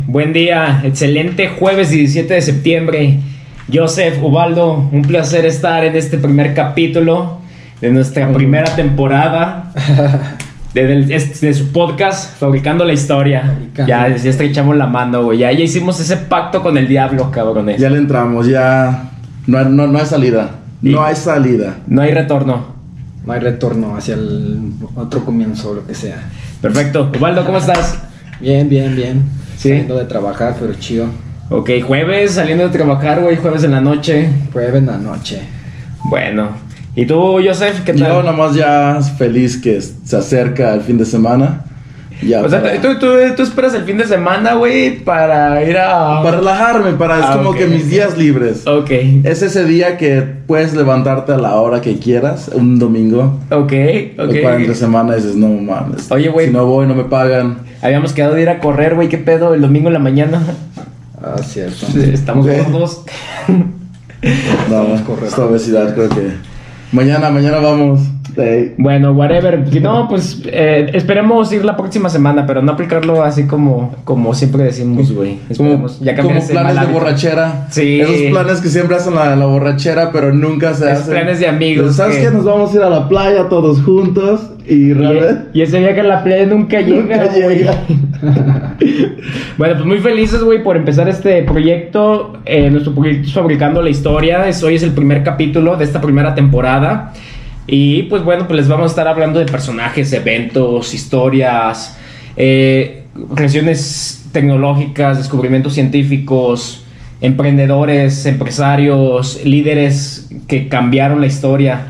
Buen día, excelente jueves 17 de septiembre. Joseph, Ubaldo, un placer estar en este primer capítulo de nuestra primera temporada de su podcast, Fabricando la Historia. Ya estrechamos la mano, güey. Ya hicimos ese pacto con el diablo, cabrones. Ya le entramos, ya no hay salida. No hay salida. No hay retorno. No hay retorno hacia el otro comienzo, lo que sea. Perfecto. Ubaldo, ¿cómo estás? Bien. ¿Sí? Saliendo de trabajar, pero chido. Ok, jueves, saliendo de trabajar, güey, jueves en la noche. Jueves en la noche. Bueno. ¿Y tú, Joseph, qué tal? Yo nomás ya feliz que se acerca el fin de semana. Ya o sea, ¿tú esperas el fin de semana, güey, para ir a... Para relajarme, es como ok, que mis días libres. Ok. Es ese día que puedes levantarte a la hora que quieras, un domingo. Ok. Para entre semana dices, no mames. Oye, güey. Si no voy, no me pagan. Habíamos quedado de ir a correr, güey, ¿qué pedo? El domingo en la mañana. Ah, cierto. Estamos Ok. gordos. No, esta obesidad creo que... Mañana vamos. Sí. Bueno, whatever. Si no, pues esperemos ir la próxima semana, pero no aplicarlo así como siempre decimos, güey. Esperemos ya cambiar Como ese planes mal de hábito. borrachera. Sí. Esos planes que siempre hacen la borrachera, pero nunca se Esos hacen. planes de amigos ¿Sabes que- qué? Nos vamos a ir a la playa todos juntos y realmente Y ese viaje a la playa nunca llega, güey. llega. Bueno, pues muy felices, güey, por empezar este proyecto. Nuestro proyecto es Fabricando la Historia. Hoy es el primer capítulo de esta primera temporada. Y pues bueno, pues les vamos a estar hablando de personajes, eventos, historias, creaciones tecnológicas, descubrimientos científicos, emprendedores, empresarios, líderes que cambiaron la historia.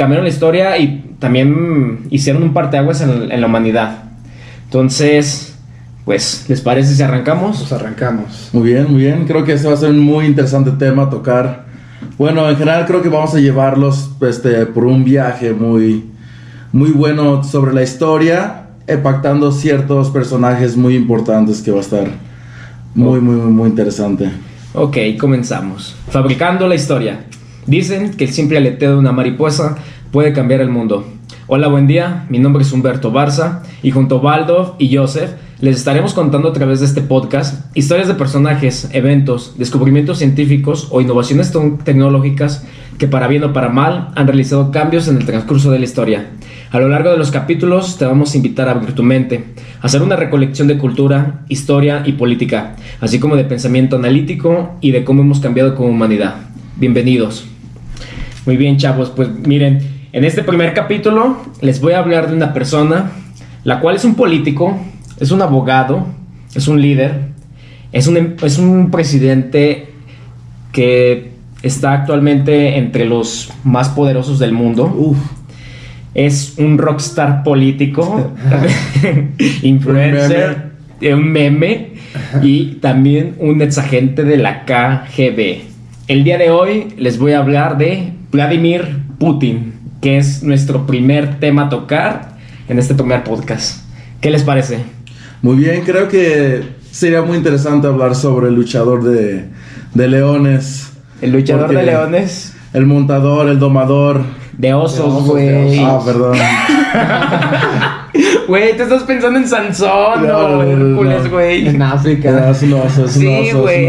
Y también hicieron un parteaguas en la humanidad. Entonces, pues, ¿les parece si arrancamos? Pues arrancamos. Muy bien. Creo que ese va a ser un muy interesante tema a tocar. Bueno, en general creo que vamos a llevarlos por un viaje muy bueno sobre la historia, impactando ciertos personajes muy importantes que va a estar muy interesante. Ok, comenzamos. Fabricando la Historia. Dicen que el simple aleteo de una mariposa puede cambiar el mundo. Hola, buen día. Mi nombre es Humberto Barza y junto a Baldo y Joseph les estaremos contando a través de este podcast historias de personajes, eventos, descubrimientos científicos o innovaciones tecnológicas que para bien o para mal han realizado cambios en el transcurso de la historia. A lo largo de los capítulos te vamos a invitar a abrir tu mente, a hacer una recolección de cultura, historia y política, así como de pensamiento analítico y de cómo hemos cambiado como humanidad. Bienvenidos. Muy bien, chavos, pues miren, en este primer capítulo les voy a hablar de una persona, la cual es un político, es un abogado, es un líder, es un presidente que está actualmente entre los más poderosos del mundo. Uf. Es un rockstar político, influencer, un meme y también un exagente de la KGB. El día de hoy les voy a hablar de Vladimir Putin, que es nuestro primer tema a tocar en este primer podcast. ¿Qué les parece? Muy bien, creo que sería muy interesante hablar sobre el luchador de leones. El luchador Porque de leones, El montador, el domador. de osos, De güey. osos. Perdón. Güey, te estás pensando en Sansón o Hércules, güey. En África. Es un oso, Sí, güey.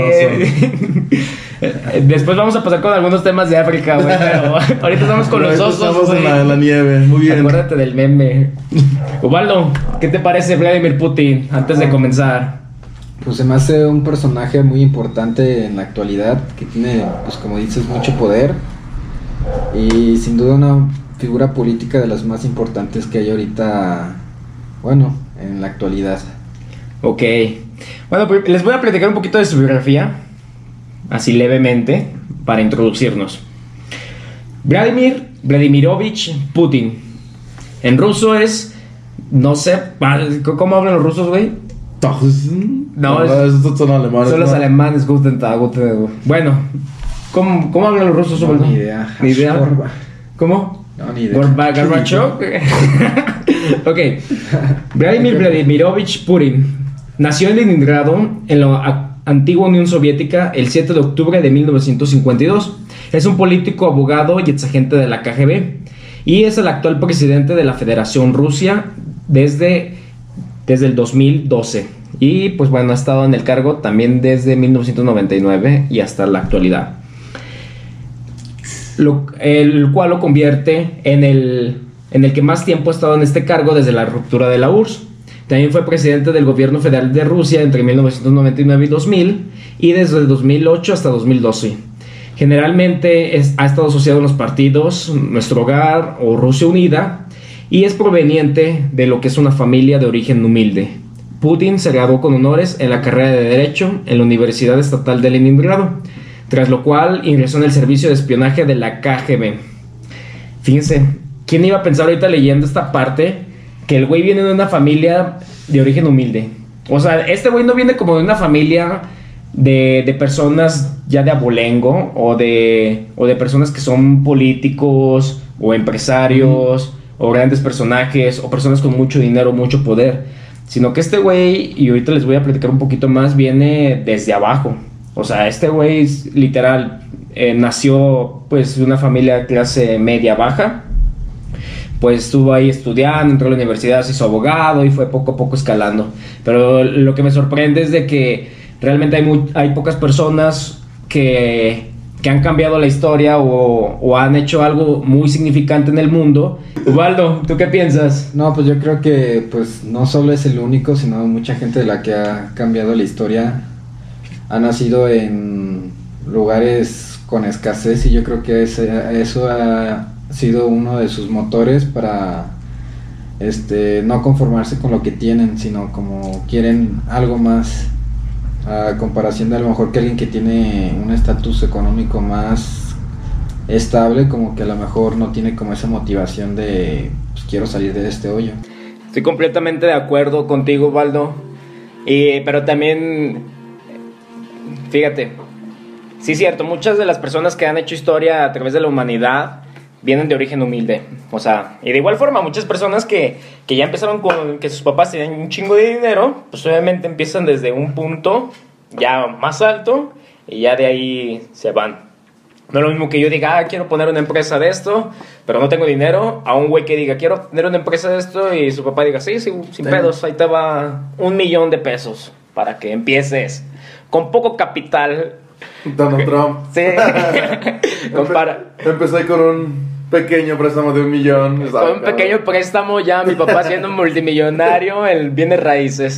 Después vamos a pasar con algunos temas de África, güey, pero ahorita estamos con los osos, Estamos güey. en la nieve, muy bien. Acuérdate del meme. Ubaldo, ¿qué te parece Vladimir Putin antes de comenzar? Pues se me hace un personaje muy importante en la actualidad, que tiene, pues como dices, mucho poder. Y sin duda una figura política de las más importantes que hay ahorita, bueno, en la actualidad. Ok. Bueno, pues les voy a platicar un poquito de su biografía, así levemente, para introducirnos. Vladimir Vladimirovich Putin. En ruso es... No sé... ¿Cómo hablan los rusos, güey? No, estos son alemanes. Son los ¿no? alemanes. Guten Tag. Bueno, ¿cómo hablan los rusos? No, Ubaldo? ni idea. Ni idea. Gorba. ¿Cómo? No, ni idea. Gorbachev. Ok. Vladimir Vladimirovich Putin nació en Leningrado, en la antigua Unión Soviética, el 7 de octubre de 1952. Es un político, abogado y exagente de la KGB. Y es el actual presidente de la Federación Rusia desde el 2012. y pues bueno, ha estado en el cargo también desde 1999 y hasta la actualidad. El cual lo convierte en el que más tiempo ha estado en este cargo desde la ruptura de la URSS. También fue presidente del gobierno federal de Rusia entre 1999 y 2000 y desde el 2008 hasta 2012. Generalmente ha estado asociado a los partidos Nuestro Hogar o Rusia Unida y es proveniente de lo que es una familia de origen humilde. Putin se graduó con honores en la carrera de Derecho en la Universidad Estatal de Leningrado, tras lo cual ingresó en el servicio de espionaje de la KGB. Fíjense, ¿quién iba a pensar ahorita leyendo esta parte que el güey viene de una familia de origen humilde? O sea, este güey no viene como de una familia de personas ya de abolengo o de personas que son políticos o empresarios o grandes personajes o personas con mucho dinero, mucho poder, sino que este güey, y ahorita les voy a platicar un poquito más, viene desde abajo. O sea, este güey literal nació pues de una familia de clase media baja, pues estuvo ahí estudiando, entró a la universidad, se hizo abogado y fue poco a poco escalando. Pero lo que me sorprende es de que realmente hay pocas personas que han cambiado la historia o han hecho algo muy significante en el mundo. Ubaldo, ¿tú qué piensas? No, pues yo creo que pues no solo es el único, sino mucha gente de la que ha cambiado la historia ha nacido en lugares con escasez y yo creo que eso ha sido uno de sus motores para no conformarse con lo que tienen, sino como quieren algo más, a comparación de a lo mejor que alguien que tiene un estatus económico más estable, como que a lo mejor no tiene como esa motivación de pues, quiero salir de este hoyo. Estoy completamente de acuerdo contigo, Ubaldo, pero también fíjate, sí es cierto, muchas de las personas que han hecho historia a través de la humanidad vienen de origen humilde, o sea, y de igual forma muchas personas que ya empezaron con que sus papás tenían un chingo de dinero, pues obviamente empiezan desde un punto ya más alto y ya de ahí se van. No es lo mismo que yo diga, quiero poner una empresa de esto, pero no tengo dinero, a un güey que diga, quiero tener una empresa de esto y su papá diga, sí, sin pedos, ahí te va $1,000,000 para que empieces con poco capital. Donald Trump. Sí. Empecé con un pequeño préstamo de $1,000,000. Con un pequeño préstamo ya mi papá siendo multimillonario en bienes raíces.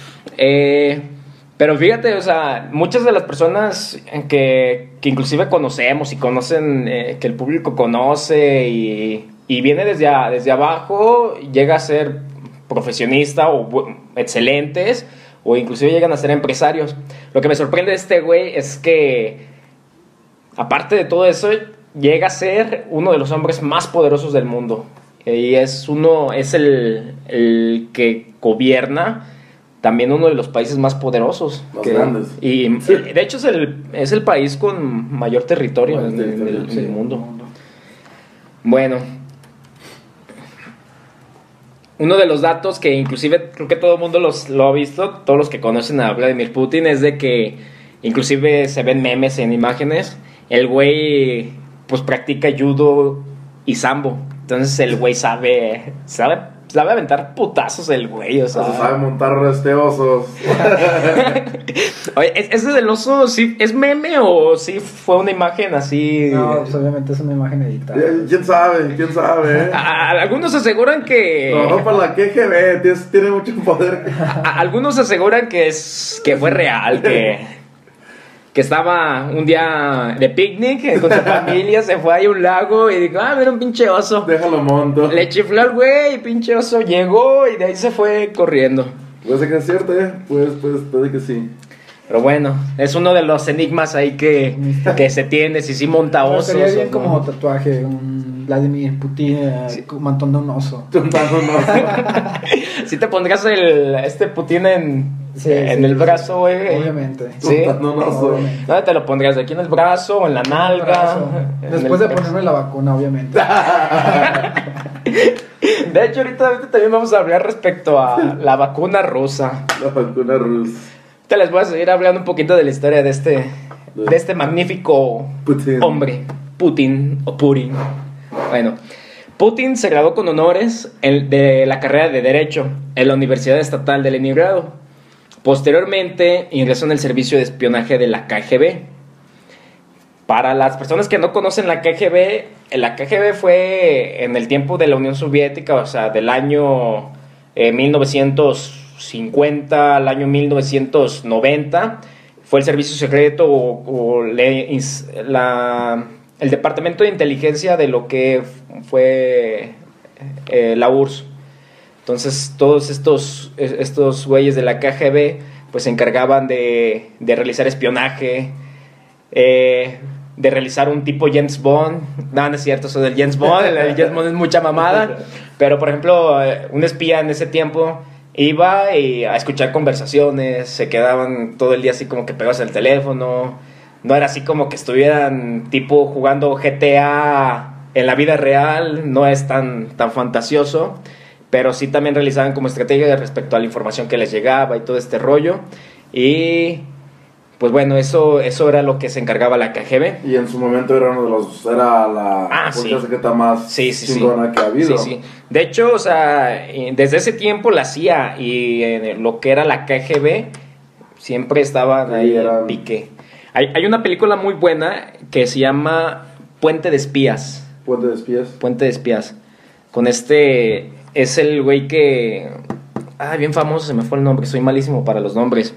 Pero fíjate, o sea, muchas de las personas que inclusive conocemos y conocen, que el público conoce y viene desde abajo, llega a ser profesionista o excelentes, o inclusive llegan a ser empresarios. Lo que me sorprende de este güey es que, aparte de todo eso, llega a ser uno de los hombres más poderosos del mundo. Y es el que gobierna también uno de los países más poderosos. Más grandes. Y de hecho es el país con mayor territorio en el mundo. Bueno, uno de los datos que inclusive creo que todo el mundo lo ha visto, todos los que conocen a Vladimir Putin, es de que inclusive se ven memes en imágenes. El güey pues practica judo y sambo. Entonces el güey sabe aventar putazos el güey, o sea. Sabe montar osos. Oye, ¿ese del oso sí es meme o sí fue una imagen así? No, pues obviamente es una imagen editada. ¿Quién sabe? Algunos aseguran que... No, para la KGB, tiene mucho poder. Algunos aseguran que fue real, que estaba un día de picnic con su familia, se fue ahí a un lago y dijo, mira un pinche oso. Déjalo monto. Le chifló al güey, pinche oso llegó y de ahí se fue corriendo. Puede ser que es cierto, puede que sí. Pero bueno, es uno de los enigmas ahí que se tiene, si sí monta osos. Sería bien o como no. tatuaje, un Vladimir Putin montando un oso. Si te pondrías este Putin en el brazo, güey. Obviamente. ¿Sí? Obviamente. ¿Dónde te lo pondrías? ¿Aquí en el brazo o en la nalga? Después de ponerme la vacuna, obviamente. De hecho, ahorita también vamos a hablar respecto a la vacuna rusa. La vacuna rusa. Te les voy a seguir hablando un poquito de la historia de este magnífico Putin. hombre, Putin o Putin. Bueno, Putin se graduó con honores de la carrera de Derecho en la Universidad Estatal de Leningrado. Posteriormente ingresó en el servicio de espionaje de la KGB. Para las personas que no conocen la KGB fue en el tiempo de la Unión Soviética, o sea, del año 1950 al año 1990. Fue el servicio secreto el departamento de inteligencia de lo que fue la URSS. Entonces todos estos güeyes de la KGB pues se encargaban de realizar espionaje, de realizar un tipo James Bond. No es cierto, eso del James Bond, el James Bond es mucha mamada, pero por ejemplo un espía en ese tiempo iba a escuchar conversaciones, se quedaban todo el día así como que pegados al teléfono, no era así como que estuvieran tipo jugando GTA en la vida real, no es tan fantasioso, pero sí también realizaban como estrategia respecto a la información que les llegaba y todo este rollo. Y pues bueno, eso era lo que se encargaba la KGB. Y en su momento era la policía secreta más chingona que ha habido. Sí. De hecho, o sea, desde ese tiempo la CIA y lo que era la KGB siempre estaban ahí en pique. Hay una película muy buena que se llama Puente de Espías. Puente de Espías. Con es el güey que... bien famoso, se me fue el nombre, soy malísimo para los nombres.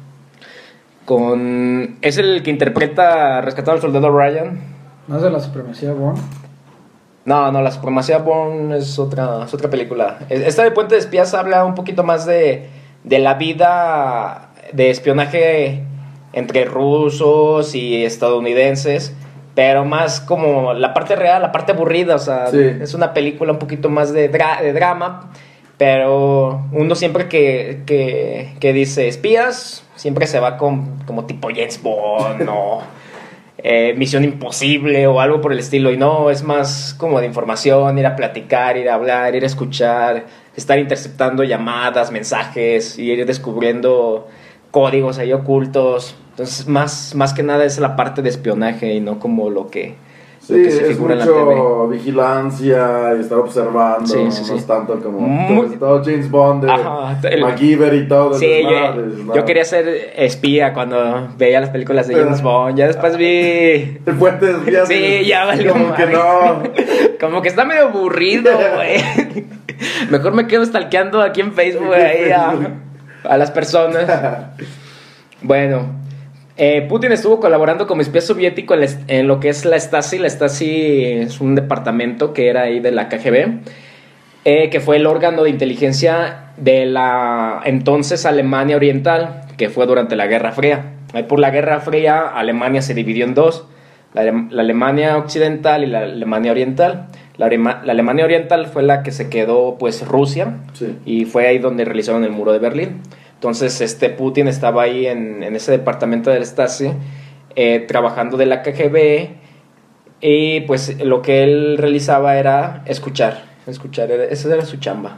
Es el que interpreta Rescatando al Soldado Ryan. ¿No es de la Supremacía Bourne? No, la Supremacía Bourne es otra película. Esta de Puente de Espías habla un poquito más de la vida de espionaje entre rusos y estadounidenses, pero más como la parte real, la parte aburrida, o sea, es una película un poquito más de drama, pero uno siempre que dice espías, siempre se va como tipo James Bond o Misión Imposible o algo por el estilo, y no, es más como de información, ir a platicar, ir a hablar, ir a escuchar, estar interceptando llamadas, mensajes, y ir descubriendo códigos ahí ocultos. Entonces más que nada es la parte de espionaje y no como lo que se figura en la TV. Mucho vigilancia y estar observando, no es tanto como todo James Bond, MacGyver y todo. Yo quería ser espía cuando veía las películas de James Bond, ya después vi... El Puente de Espías. Sí, ya valió como que no. Como que está medio aburrido, güey. Mejor me quedo stalkeando aquí en Facebook, ahí a las personas. Bueno, Putin estuvo colaborando como espía soviético en lo que es la Stasi. La Stasi es un departamento que era ahí de la KGB, que fue el órgano de inteligencia de la entonces Alemania Oriental, que fue durante la Guerra Fría. Ahí por la Guerra Fría, Alemania se dividió en dos: la Alemania Occidental y la Alemania Oriental. La Alemania Oriental fue la que se quedó, pues, Rusia, y fue ahí donde realizaron el muro de Berlín. Entonces Putin estaba ahí en ese departamento del Stasi, trabajando de la KGB, y pues lo que él realizaba era escuchar, esa era su chamba.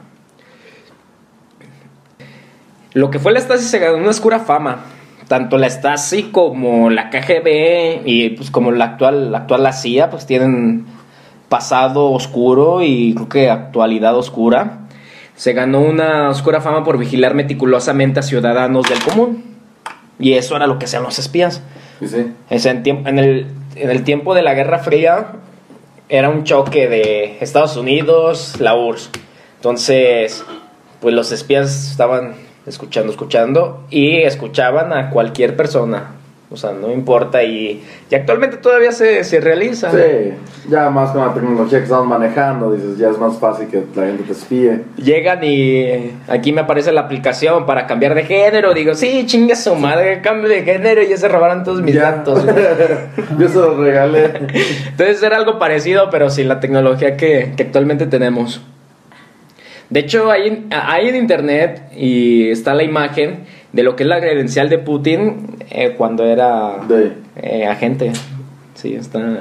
Lo que fue la Stasi se ganó una oscura fama, tanto la Stasi como la KGB y pues como la actual la CIA pues tienen pasado oscuro y creo que actualidad oscura. Se ganó una oscura fama por vigilar meticulosamente a ciudadanos del común. Y eso era lo que hacían los espías. Sí. En el tiempo de la Guerra Fría era un choque de Estados Unidos, la URSS. Entonces, pues los espías estaban escuchando y escuchaban a cualquier persona. O sea, no importa, y actualmente todavía se realiza. Sí, ya más con la tecnología que estamos manejando, dices, ya es más fácil que la gente te espíe. Llegan y aquí me aparece la aplicación para cambiar de género. Digo, sí, chinga su madre, cambio de género, y ya se robaron todos mis datos. Yo se los regalé. Entonces era algo parecido, pero sin la tecnología que actualmente tenemos. De hecho, hay en internet y está la imagen de lo que es la credencial de Putin cuando era agente. Sí,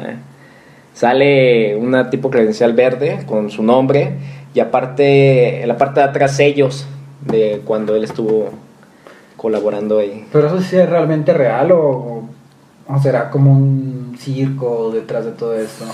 sale una tipo credencial verde con su nombre, y aparte, en la parte de atrás, sellos de cuando él estuvo colaborando ahí. ¿Pero eso sí es realmente real o será como un circo detrás de todo esto?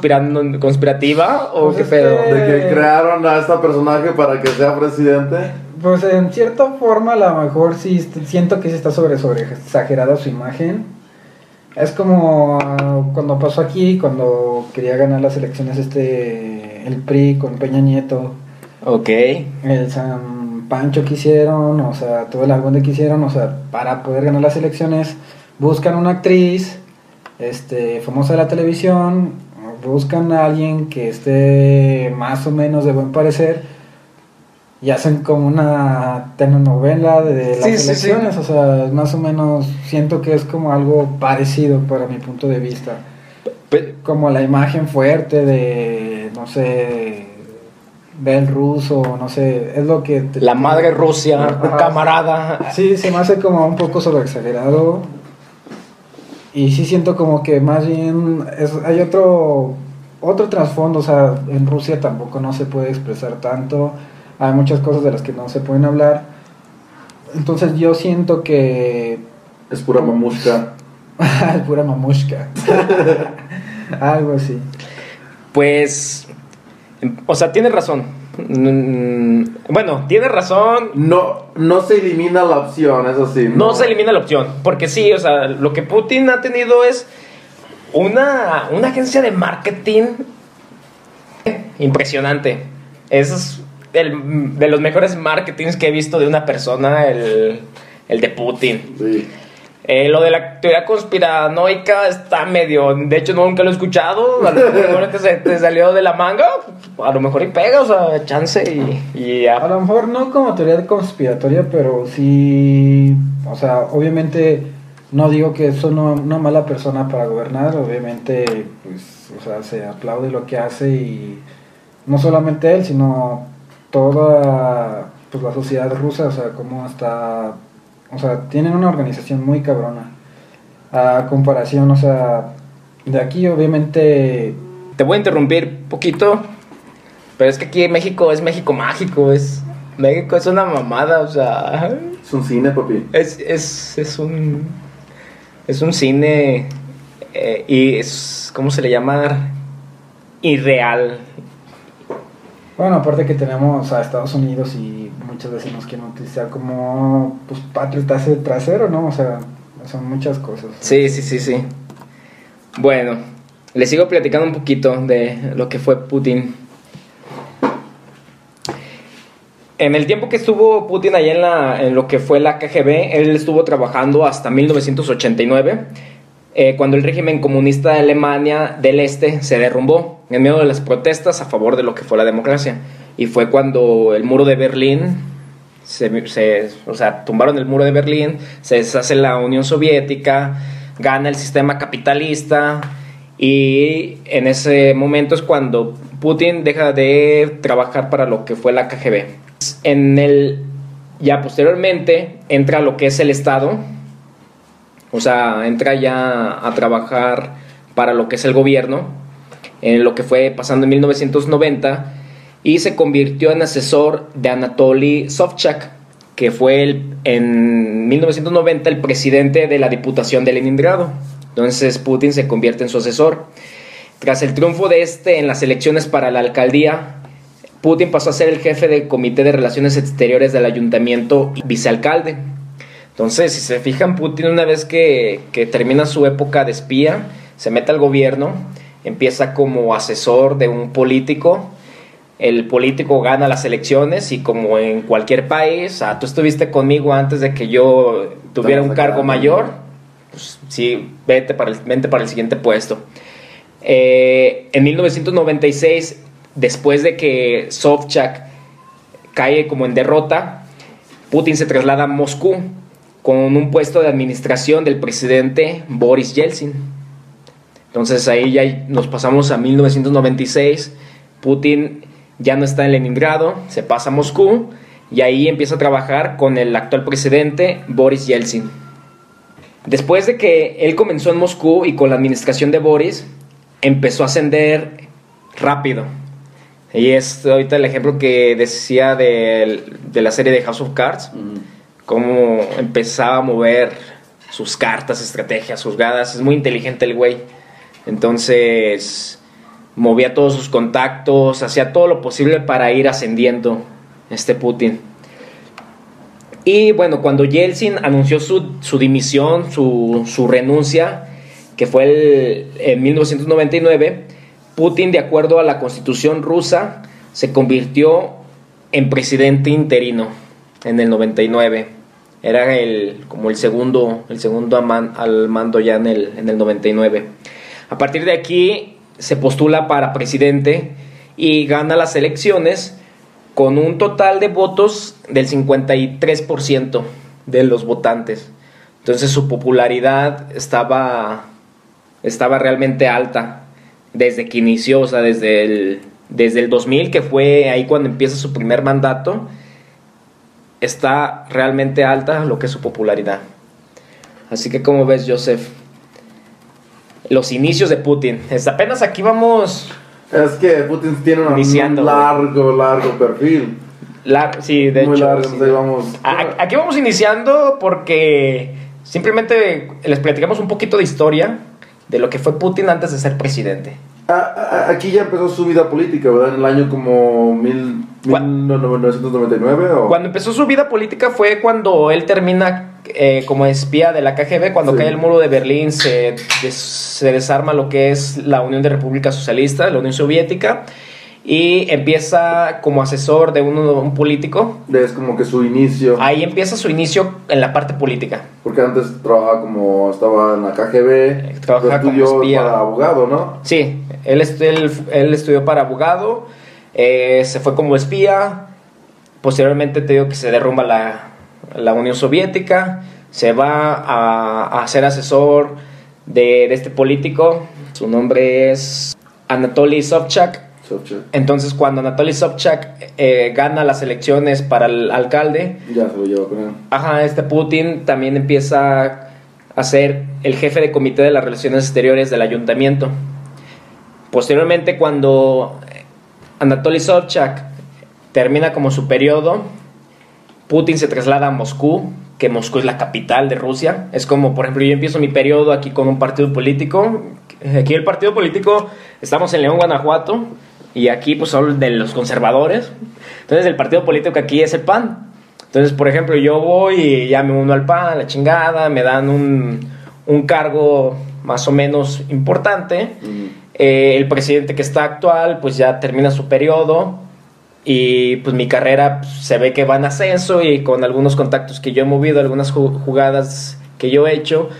¿Conspirativa o Pues qué pedo? De que crearon a este personaje para que sea presidente. Pues en cierta forma a lo mejor sí siento que sí está sobre exagerada su imagen. Es como cuando pasó aquí, cuando quería ganar las elecciones el PRI con Peña Nieto. Ok. El San Pancho que hicieron, o sea, todo el albunde que hicieron, o sea, para poder ganar las elecciones, buscan una actriz, famosa de la televisión, buscan a alguien que esté más o menos de buen parecer, y hacen como una telenovela de las elecciones, o sea, más o menos siento que es como algo parecido para mi punto de vista. Como la imagen fuerte de, no sé, del ruso, no sé, es lo que... La madre Rusia, camarada. Sí, se me hace como un poco sobreexagerado. Y sí siento como que más bien hay otro trasfondo, o sea, en Rusia tampoco no se puede expresar tanto. Hay muchas cosas de las que no se pueden hablar. Entonces yo siento que... Es pura mamushka. Es pura mamushka. Algo así. Pues... O sea, tienes razón. Bueno, tienes razón. No se elimina la opción, eso sí. No se elimina la opción. Porque sí, o sea, lo que Putin ha tenido es una agencia de marketing impresionante. Es de los mejores marketings que he visto de una persona, el de Putin. Sí. Lo de la teoría conspiranoica está medio... De hecho, nunca lo he escuchado. A lo mejor te salió de la manga. A lo mejor y pega, o sea, chance y ya. A lo mejor no como teoría conspiratoria, pero sí... O sea, obviamente no digo que es una mala persona para gobernar. Obviamente, pues, o sea, se aplaude lo que hace y... No solamente él, sino toda pues, la sociedad rusa, o sea, cómo está... O sea, tienen una organización muy cabrona. A comparación, o sea, de aquí obviamente... Te voy a interrumpir poquito, pero es que aquí en México es México mágico, México es una mamada, o sea... Es un cine, papi. Es un cine y es... ¿Cómo se le llama? Irreal. Bueno, aparte que tenemos a Estados Unidos y muchas veces nos quieren utilizar como pues patrio trasero, ¿no? O sea, son muchas cosas. Sí. Bueno, les sigo platicando un poquito de lo que fue Putin. En el tiempo que estuvo Putin allá en lo que fue la KGB, él estuvo trabajando hasta 1989, cuando el régimen comunista de Alemania del Este se derrumbó en medio de las protestas a favor de lo que fue la democracia. Y fue cuando el muro de Berlín, tumbaron el muro de Berlín, se deshace la Unión Soviética, gana el sistema capitalista, y en ese momento es cuando Putin deja de trabajar para lo que fue la KGB. Ya posteriormente entra lo que es el Estado, o sea, entra ya a trabajar para lo que es el gobierno, en lo que fue pasando en 1990, y se convirtió en asesor de Anatoly Sobchak, que fue en 1990 el presidente de la Diputación de Leningrado. Entonces Putin se convierte en su asesor. Tras el triunfo de en las elecciones para la alcaldía, Putin pasó a ser el jefe del Comité de Relaciones Exteriores del Ayuntamiento y vicealcalde. Entonces, si se fijan, Putin, una vez que termina su época de espía, se mete al gobierno, empieza como asesor de un político. El político gana las elecciones y, como en cualquier país, tú estuviste conmigo antes de que yo tuviera un cargo mayor, pues sí, vente para el siguiente puesto. En 1996, después de que Sobchak cae como en derrota, Putin se traslada a Moscú con un puesto de administración del presidente Boris Yeltsin. Entonces ahí ya nos pasamos a 1996. Putin ya no está en Leningrado, se pasa a Moscú y ahí empieza a trabajar con el actual presidente Boris Yeltsin. Después de que él comenzó en Moscú y con la administración de Boris, empezó a ascender rápido. Y es ahorita el ejemplo que decía de la serie de House of Cards, cómo empezaba a mover sus cartas, estrategias, juzgadas. Es muy inteligente el güey. Entonces movía todos sus contactos, hacía todo lo posible para ir ascendiendo Putin. Y bueno, cuando Yeltsin anunció su dimisión, su renuncia, que fue en 1999, Putin, de acuerdo a la constitución rusa, se convirtió en presidente interino en el 99. Era como el segundo al mando ya en el 99. A partir de aquí se postula para presidente y gana las elecciones con un total de votos del 53% de los votantes. Entonces su popularidad estaba realmente alta desde que inició, o sea, desde el 2000, que fue ahí cuando empieza su primer mandato. Está realmente alta lo que es su popularidad. Así que, ¿cómo ves, Joseph? Los inicios de Putin. Apenas aquí vamos... Es que Putin tiene iniciando, un largo perfil. Sí, de muy hecho. Largo, sí. Entonces vamos... Aquí vamos iniciando porque simplemente les platicamos un poquito de historia de lo que fue Putin antes de ser presidente. Aquí ya empezó su vida política, ¿verdad? En el año como 1999 ¿o? Cuando empezó su vida política fue cuando él termina como espía de la KGB, cuando cae el muro de Berlín, se desarma lo que es la Unión de Repúblicas Socialistas, la Unión Soviética, y empieza como asesor de un político. Es como que su inicio. Ahí empieza su inicio en la parte política. Porque antes estaba en la KGB, trabajaba como espía. Para abogado, ¿no? Sí, él estudió para abogado, se fue como espía, posteriormente te digo que se derrumba la Unión Soviética, se va a ser asesor de este político, su nombre es Anatoly Sobchak. Entonces cuando Anatoly Sobchak gana las elecciones para el alcalde, ya se lo lleva con él. Este Putin también empieza a ser el jefe de comité de las relaciones exteriores del ayuntamiento. Posteriormente, cuando Anatoly Sobchak termina como su periodo, Putin se traslada a Moscú, que Moscú es la capital de Rusia. Es como, por ejemplo, yo empiezo mi periodo aquí con un partido político. Aquí el partido político, estamos en León, Guanajuato, y aquí pues son de los conservadores. Entonces el partido político aquí es el PAN. Entonces, por ejemplo, yo voy y ya me uno al PAN, la chingada, me dan un cargo más o menos importante. El presidente que está actual pues ya termina su periodo y pues mi carrera pues, se ve que va en ascenso, y con algunos contactos que yo he movido, algunas jugadas que yo he hecho,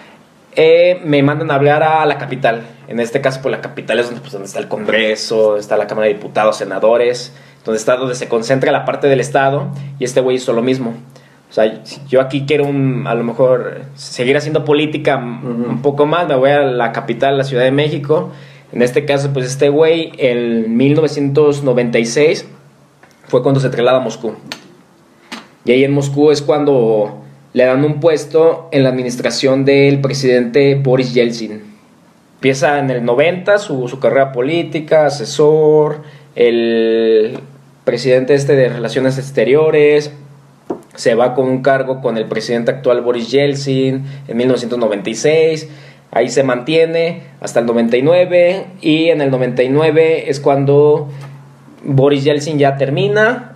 me mandan a hablar a la capital. En este caso, pues la capital es donde está el Congreso, está la Cámara de Diputados, senadores, donde se concentra la parte del Estado, y este güey hizo lo mismo. O sea, si yo aquí quiero a lo mejor seguir haciendo política un poco más, me voy a la capital, la Ciudad de México. En este caso, pues este güey, en 1996, fue cuando se traslada a Moscú. Y ahí en Moscú es cuando le dan un puesto en la administración del presidente Boris Yeltsin. Empieza en el 90 su carrera política, asesor, el presidente de Relaciones Exteriores. Se va con un cargo con el presidente actual Boris Yeltsin en 1996. Ahí se mantiene hasta el 99, y en el 99 es cuando Boris Yeltsin ya termina.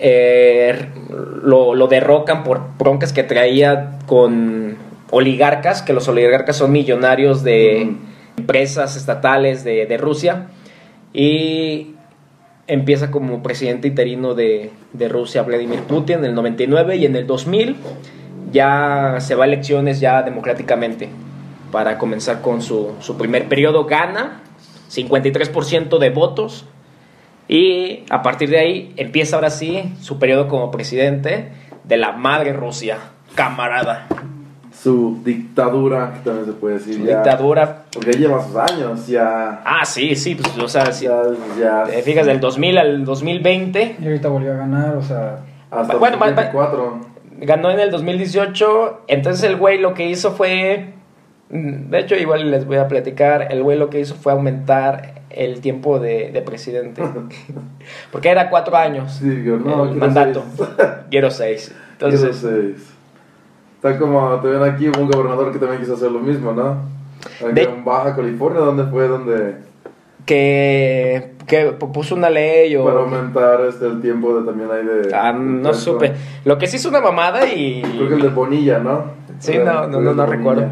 Lo derrocan por broncas que traía con oligarcas, que los oligarcas son millonarios de empresas estatales de Rusia, y empieza como presidente interino de Rusia Vladimir Putin en el 99, y en el 2000 ya se va a elecciones ya democráticamente para comenzar con su primer periodo. Gana 53% de votos, y a partir de ahí empieza ahora sí su periodo como presidente de la madre Rusia, camarada. Su dictadura, que también se puede decir. Su dictadura. Porque lleva sus años ya. Sí, pues, o sea, ya te fijas, del 2000 al 2020. Y ahorita volvió a ganar, o sea... Hasta bueno, 2024. Ganó en el 2018, entonces el güey lo que hizo fue... De hecho, igual les voy a platicar. El güey lo que hizo fue aumentar el tiempo de presidente. Porque era 4 años. Sí, no, el mandato. Quiero 6. Entonces, quiero 6. Está como, te ven aquí un gobernador que también quiso hacer lo mismo, ¿no? En Baja California, ¿dónde fue? que puso una ley o... Para aumentar el tiempo también hay de... no supe. Lo que sí es una mamada y... Creo que el de Bonilla, ¿no? Sí, no recuerdo.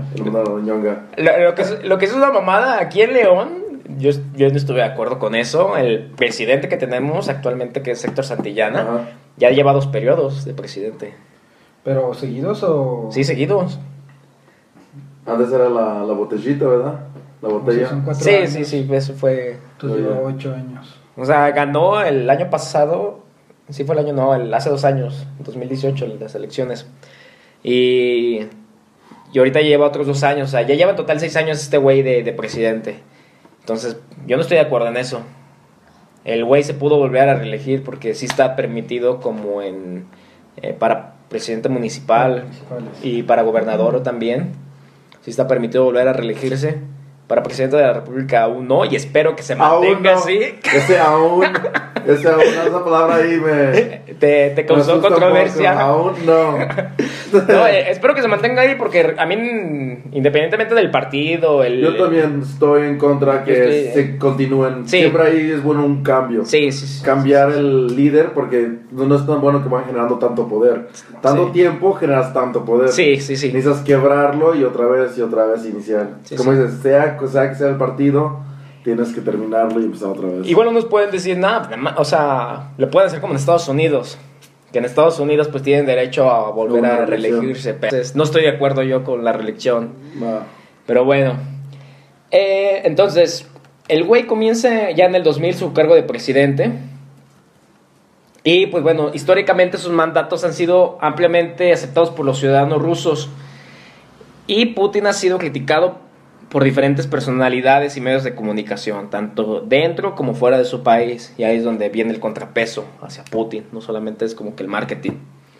Lo que es una mamada aquí en León, yo no estuve de acuerdo con eso. El presidente que tenemos actualmente, que es Héctor Santillana, Ajá. ya lleva 2 periodos de presidente. ¿Pero seguidos o...? Sí, seguidos. Antes era la botellita, ¿verdad? La botella. Son 4 Sí, años. sí, eso fue... Entonces lleva 8 años. O sea, ganó el año pasado, sí fue el año, no, hace 2 años, 2018, las elecciones. Y ahorita lleva otros 2 años, o sea, ya lleva en total 6 años este güey de presidente. Entonces, yo no estoy de acuerdo en eso. El güey se pudo volver a reelegir porque sí está permitido como para presidente municipal y para gobernador también. Sí está permitido volver a reelegirse. Para presidente de la República aún no, y espero que se mantenga así. Esa palabra ahí te causó controversia. Aún no. No, espero que se mantenga ahí porque a mí, independientemente del partido, yo también estoy en contra que se continúen. Sí. Siempre ahí es bueno un cambio. Sí. Cambiar el líder porque no es tan bueno que van generando tanto poder. Tanto tiempo generas tanto poder. Sí. Necesitas quebrarlo y otra vez iniciar. Como dices, sea que sea el partido, tienes que terminarlo y empezar otra vez. Igual no nos pueden decir nada, o sea, lo pueden hacer como en Estados Unidos. Que en Estados Unidos pues tienen derecho a volver a reelegirse. Entonces, no estoy de acuerdo yo con la reelección. Pero bueno. Entonces, el güey comienza ya en el 2000 su cargo de presidente. Y pues bueno, históricamente sus mandatos han sido ampliamente aceptados por los ciudadanos rusos. Y Putin ha sido criticado por diferentes personalidades y medios de comunicación, tanto dentro como fuera de su país, y ahí es donde viene el contrapeso hacia Putin, no solamente es como que el marketing.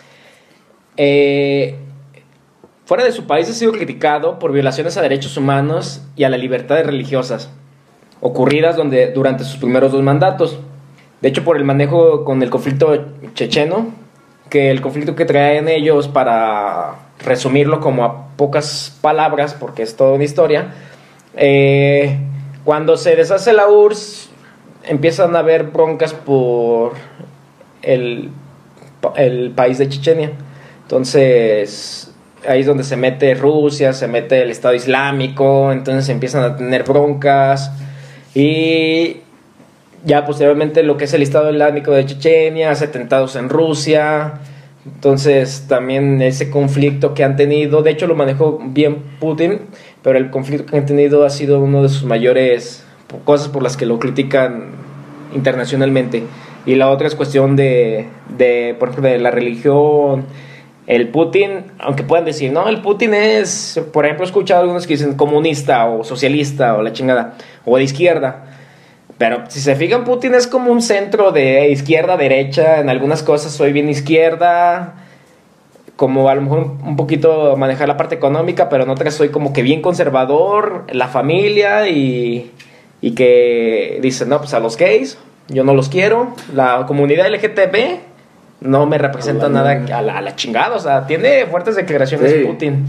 Fuera de su país ha sido criticado por violaciones a derechos humanos y a las libertades religiosas, ocurridas durante sus primeros 2 mandatos. De hecho, por el manejo con el conflicto checheno, que el conflicto que traen ellos, para resumirlo como a pocas palabras, porque es toda una historia, cuando se deshace la URSS, empiezan a haber broncas por el país de Chechenia. Entonces, ahí es donde se mete Rusia, se mete el Estado Islámico, entonces empiezan a tener broncas, y ya posteriormente lo que es el Estado Islámico de Chechenia, hace atentados en Rusia. Entonces también ese conflicto que han tenido, de hecho lo manejó bien Putin, pero el conflicto que han tenido ha sido uno de sus mayores cosas por las que lo critican internacionalmente. Y la otra es cuestión por ejemplo, de la religión. El Putin, aunque puedan decir, no, el Putin es, por ejemplo, he escuchado algunos que dicen comunista o socialista o la chingada, o de izquierda. Pero si se fijan, Putin es como un centro de izquierda, derecha. En algunas cosas soy bien izquierda, como a lo mejor un poquito manejar la parte económica, pero en otras soy como que bien conservador, la familia, y que dicen, no, pues a los gays yo no los quiero, la comunidad LGTB no me representa nada, a la chingada. O sea, tiene fuertes declaraciones Putin.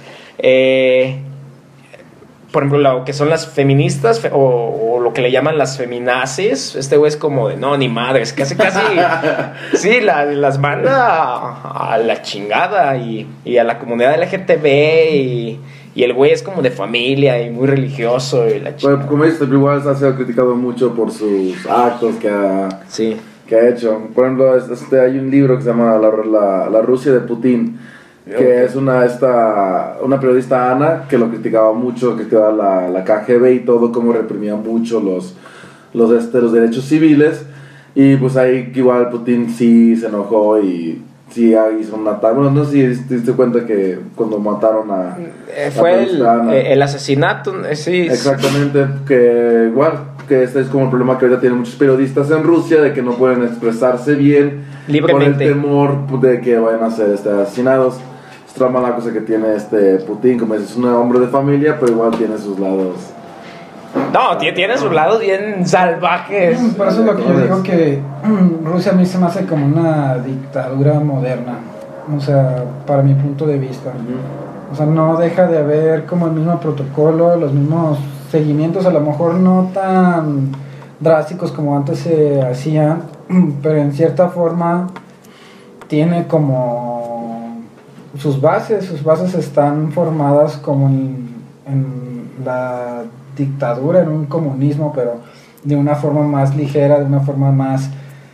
Por ejemplo, lo que son las feministas o lo que le llaman las feminazis, este güey es como de no, ni madres, casi sí, las manda a la chingada, y a la comunidad LGTB, y el güey es como de familia y muy religioso y la chingada. Bueno, como dices, igual ha sido criticado mucho por sus actos que ha hecho. Por ejemplo, hay un libro que se llama La Rusia de Putin, que es una periodista, Ana, que lo criticaba mucho, criticaba la KGB y todo, cómo reprimía mucho los derechos civiles. Y pues ahí igual Putin sí se enojó y sí hizo un ataque. Bueno, no sé si te diste cuenta que cuando mataron a fue el asesinato, sí. Exactamente, que igual, que este es como el problema que ahorita tienen muchos periodistas en Rusia, de que no pueden expresarse bien libremente, por el temor de que vayan a ser asesinados. Es otra mala cosa que tiene Putin, como dices, es un hombre de familia, pero igual tiene sus lados. No, tiene sus lados bien salvajes. Por eso es lo que yo digo, que Rusia a mí se me hace como una dictadura moderna. O sea, para mi punto de vista. O sea, no deja de haber como el mismo protocolo, los mismos seguimientos a lo mejor no tan drásticos como antes se hacían, pero en cierta forma tiene como sus bases están formadas como en la dictadura, en un comunismo, pero de una forma más ligera, de una forma más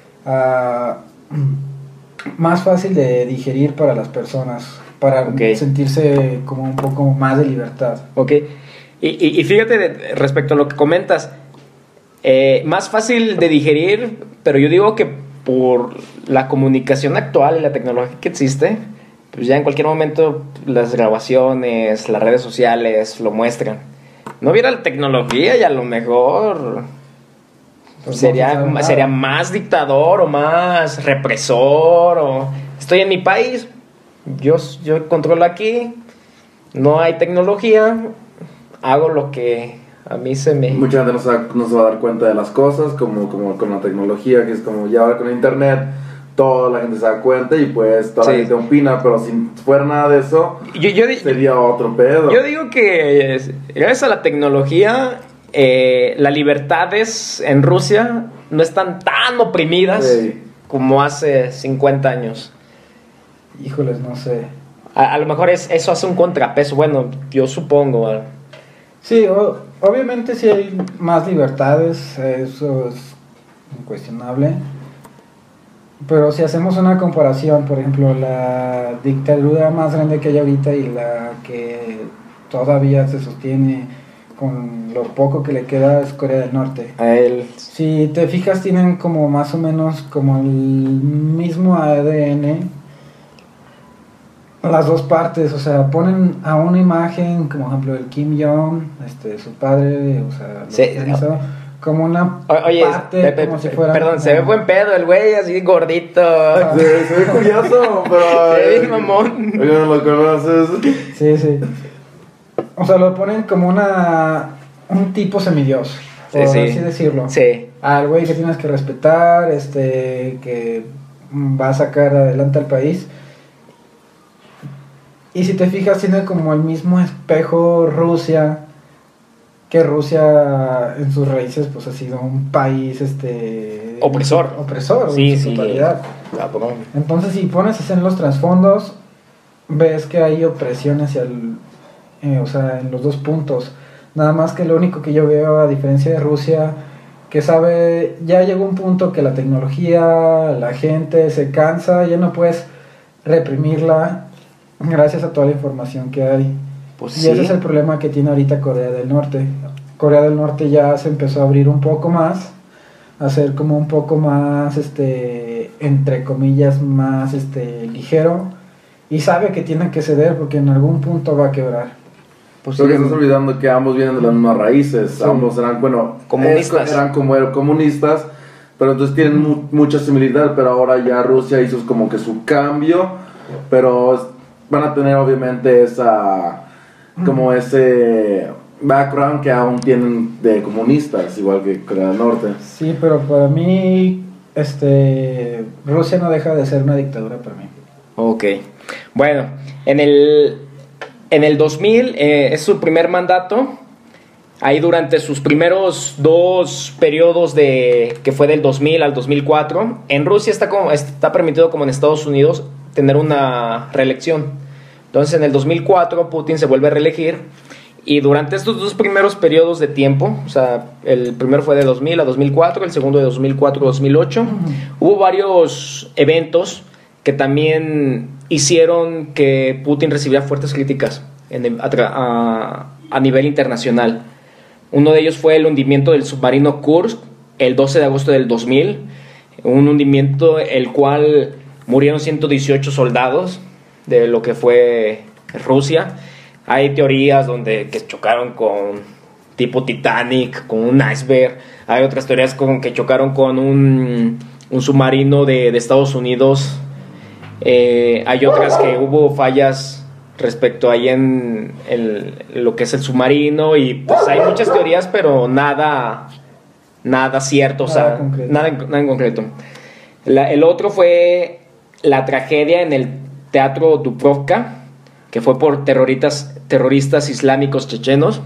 más fácil de digerir para las personas, para sentirse como un poco más de libertad. Ok, y fíjate respecto a lo que comentas, más fácil de digerir, pero yo digo que por la comunicación actual y la tecnología que existe, pues ya en cualquier momento las grabaciones, las redes sociales lo muestran. No hubiera la tecnología y a lo mejor pues sería más dictador o más represor, o estoy en mi país, yo controlo aquí, no hay tecnología, hago lo que a mí se me... Mucha gente no se va a dar cuenta de las cosas, como con la tecnología, que es como ya ahora con internet, toda la gente se da cuenta y pues toda la gente opina, pero si fuera nada de eso, sería otro pedo. Yo digo que gracias a la tecnología, las libertades en Rusia no están tan oprimidas como hace 50 años. Híjoles, no sé. A lo mejor eso hace un contrapeso, bueno, yo supongo. Sí, obviamente sí hay más libertades, eso es incuestionable. Pero si hacemos una comparación, por ejemplo, la dictadura más grande que hay ahorita y la que todavía se sostiene con lo poco que le queda es Corea del Norte. Si te fijas, tienen como más o menos como el mismo ADN las dos partes, o sea, ponen a una imagen, como por ejemplo el Kim Jong, su padre, o sea, lo que hizo, como una parte, como si fuera... Perdón, se ve buen pedo el güey, así gordito. Se ve curioso, pero... Se ve mamón. ¿No lo conoces? Sí. O sea, lo ponen como un tipo semidios, por así decirlo. Sí. Al güey que tienes que respetar, que va a sacar adelante al país. Y si te fijas, tiene como el mismo espejo Rusia, que Rusia en sus raíces pues ha sido un país opresor en su totalidad. Entonces si pones a hacer los trasfondos, ves que hay opresión hacia o sea, en los dos puntos. Nada más que lo único que yo veo, a diferencia de Rusia, que ya llegó un punto que la tecnología, la gente se cansa, ya no puedes reprimirla gracias a toda la información que hay. Pues y ese es el problema que tiene ahorita Corea del Norte. Corea del Norte ya se empezó a abrir un poco más, a ser como un poco más, entre comillas, más ligero, y sabe que tiene que ceder porque en algún punto va a quebrar. Pues porque estás olvidando que ambos vienen de las mismas raíces, sí. Ambos eran, comunistas. Eran comunistas, pero entonces tienen mucha similitud, pero ahora ya Rusia hizo como que su cambio, pero van a tener obviamente ese background que aún tienen de comunistas, igual que Corea del Norte. Sí, pero para mí Rusia no deja de ser una dictadura para mí. Ok. Bueno, en el 2000 es su primer mandato. Ahí durante sus primeros 2 periodos que fue del 2000 al 2004, en Rusia está permitido, como en Estados Unidos, tener una reelección. Entonces en el 2004 Putin se vuelve a reelegir, y durante estos 2 primeros periodos de tiempo, o sea, el primero fue de 2000 a 2004, el segundo de 2004 a 2008, hubo varios eventos que también hicieron que Putin recibiera fuertes críticas a nivel internacional. Uno de ellos fue el hundimiento del submarino Kursk el 12 de agosto del 2000, un hundimiento el cual murieron 118 soldados de lo que fue Rusia. Hay teorías que chocaron con tipo Titanic, con un iceberg. Hay otras teorías que chocaron con un submarino de Estados Unidos. Hay otras que hubo fallas respecto ahí en lo que es el submarino, y pues hay muchas teorías, pero nada cierto, nada en concreto. El otro fue la tragedia en el Teatro Dubrovka, que fue por terroristas islámicos chechenos,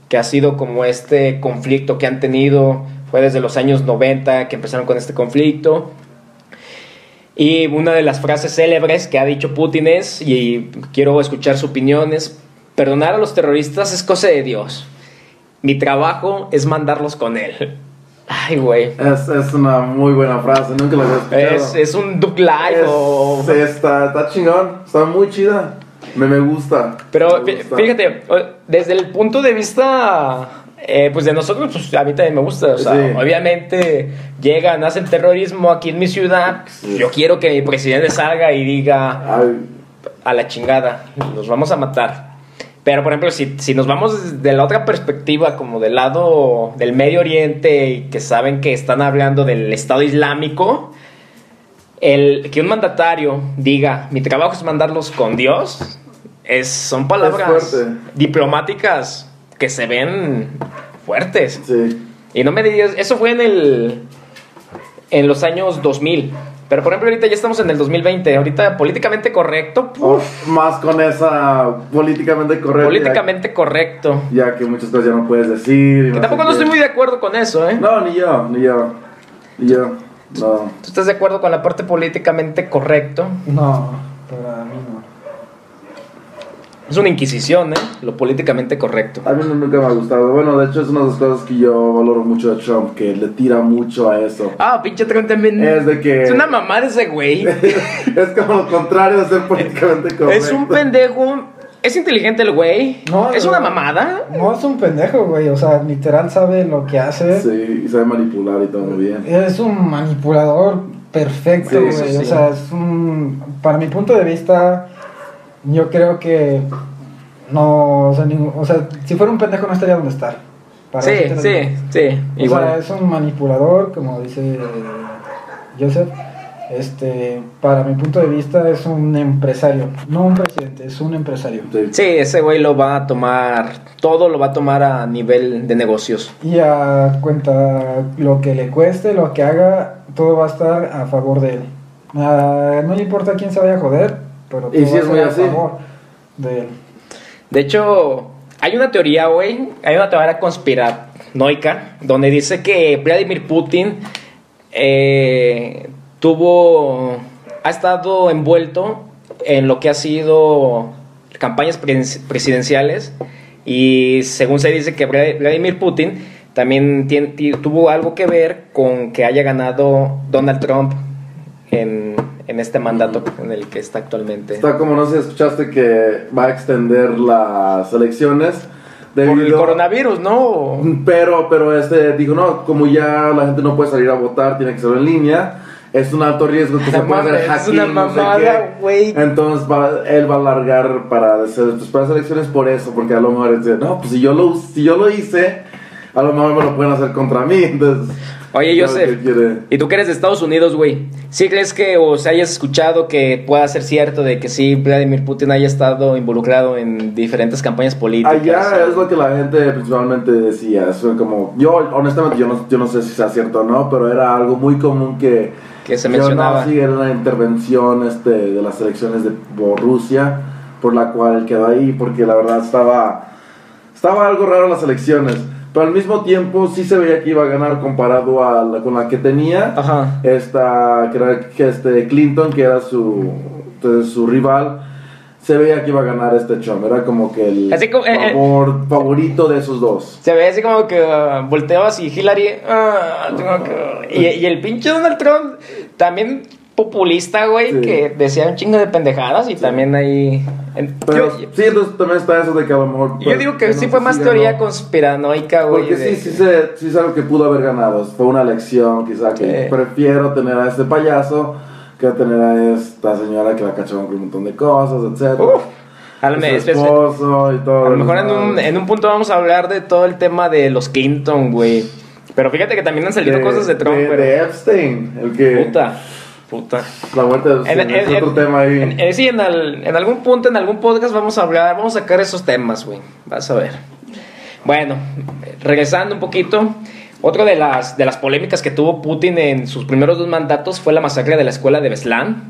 que ha sido como este conflicto que han tenido. Fue desde los años 90 que empezaron con este conflicto. Y una de las frases célebres que ha dicho Putin es, y quiero escuchar su opinión, es: perdonar a los terroristas es cosa de Dios. Mi trabajo es mandarlos con él. Ay, güey. Es una muy buena frase, nunca la había escuchado. Es un Duke Life. Está chingón, está muy chida. Me gusta. Pero me gusta. fíjate, desde el punto de vista pues de nosotros, pues a mí también me gusta. O sea, Sí. obviamente llegan, hacen terrorismo aquí en mi ciudad. Sí. Yo quiero que mi presidente salga y diga: Ay, a la chingada, los vamos a matar. Pero, por ejemplo, si nos vamos de la otra perspectiva, como del lado del Medio Oriente, y que saben que están hablando del Estado Islámico, que un mandatario diga: mi trabajo es mandarlos con Dios, son palabras fuerte. diplomáticas que se ven fuertes. sí. Y no me digas, eso fue en los años 2000. Pero, por ejemplo, ahorita ya estamos en el 2020. Ahorita, políticamente correcto. Más con esa políticamente correcta. Políticamente correcto. Ya que muchas cosas ya no puedes decir. Que tampoco no estoy muy de acuerdo con eso, ¿eh? No, ni yo. No. ¿Tú estás de acuerdo con la parte políticamente correcto? No, para mí no. Es una inquisición, ¿eh? Lo políticamente correcto. A mí nunca me ha gustado. Bueno, de hecho es una de las cosas que yo valoro mucho de Trump, que le tira mucho a eso. Ah, pinche Trump también. Es de que... Es una mamada ese güey. Es como lo contrario de ser políticamente correcto. Es un pendejo. Es inteligente el güey. No, es no. una mamada. No es un pendejo, güey. O sea, literal sabe lo que hace. Sí, y sabe manipular y todo muy bien. Es un manipulador perfecto, Sí, güey. eso sí. O sea, es un... Para mi punto de vista, yo creo que... No, o sea, si fuera un pendejo no estaría donde está. Sí, sí. O Igual. sea, es un manipulador, como dice Joseph. Para mi punto de vista es un empresario, no un presidente, es un empresario. Sí. Sí, ese güey lo va a tomar. Todo lo va a tomar a nivel de negocios. Y a cuenta lo que le cueste, lo que haga, todo va a estar a favor de él. No le importa quién se vaya a joder, pero todo Y sí va a es muy ser a así. favor de él. De hecho, hay una teoría, güey. Hay una teoría conspiranoica donde dice que Vladimir Putin ha estado envuelto en lo que ha sido campañas presidenciales, y según se dice que Vladimir Putin también tuvo algo que ver con que haya ganado Donald Trump en este mandato en el que está actualmente. Está como, no sé si escuchaste que va a extender las elecciones Por el debido... coronavirus, ¿no? Pero dijo, no, como ya la gente no puede salir a votar, tiene que ser en línea. Es un alto riesgo que se puede hacer Es hacking, una no sé mamada, qué. güey. Entonces él va a alargar para hacer las elecciones por eso, porque a lo mejor dice, no, pues si yo lo hice, a lo mejor me lo pueden hacer contra mí. Entonces, Oye, no, Joseph, ¿qué quiere? ¿y tú que eres de Estados Unidos, güey? ¿Sí crees que o se hayas escuchado que pueda ser cierto de que sí Vladimir Putin haya estado involucrado en diferentes campañas políticas? Allá es lo que la gente principalmente decía. Es como, yo honestamente yo no sé si sea cierto o no, pero era algo muy común que se mencionaba. Sí, era una intervención de las elecciones de Rusia, por la cual quedó ahí, porque la verdad estaba algo raro las elecciones. Pero al mismo tiempo sí se veía que iba a ganar comparado con la que tenía. Ajá. Clinton, que era su rival. Se veía que iba a ganar Trump. Era como que el Así como, favorito de esos dos. Se ve así como que volteabas y Hillary... y el pinche Donald Trump también populista, güey, Sí. que decía un chingo de pendejadas, y también ahí... Pero sí, entonces también está eso de que a lo mejor... Yo digo que no sí sé fue si más ganó. teoría conspiranoica, güey. Porque sí es algo que pudo haber ganado. Fue una elección, quizá, que prefiero tener a este payaso que tener a esta señora que la cacharon con un montón de cosas, etc. A lo Su esposo y todo. A lo mejor en un punto vamos a hablar de todo el tema de los Clinton, güey. Pero fíjate que también han salido cosas de Trump, pero... de Epstein, el que... Puta. La muerte de es otro tema ahí. Sí, en algún punto, en algún podcast vamos a sacar esos temas, güey. Vas a ver. Bueno, regresando un poquito, otra de las polémicas que tuvo Putin en sus primeros 2 mandatos fue la masacre de la escuela de Beslan.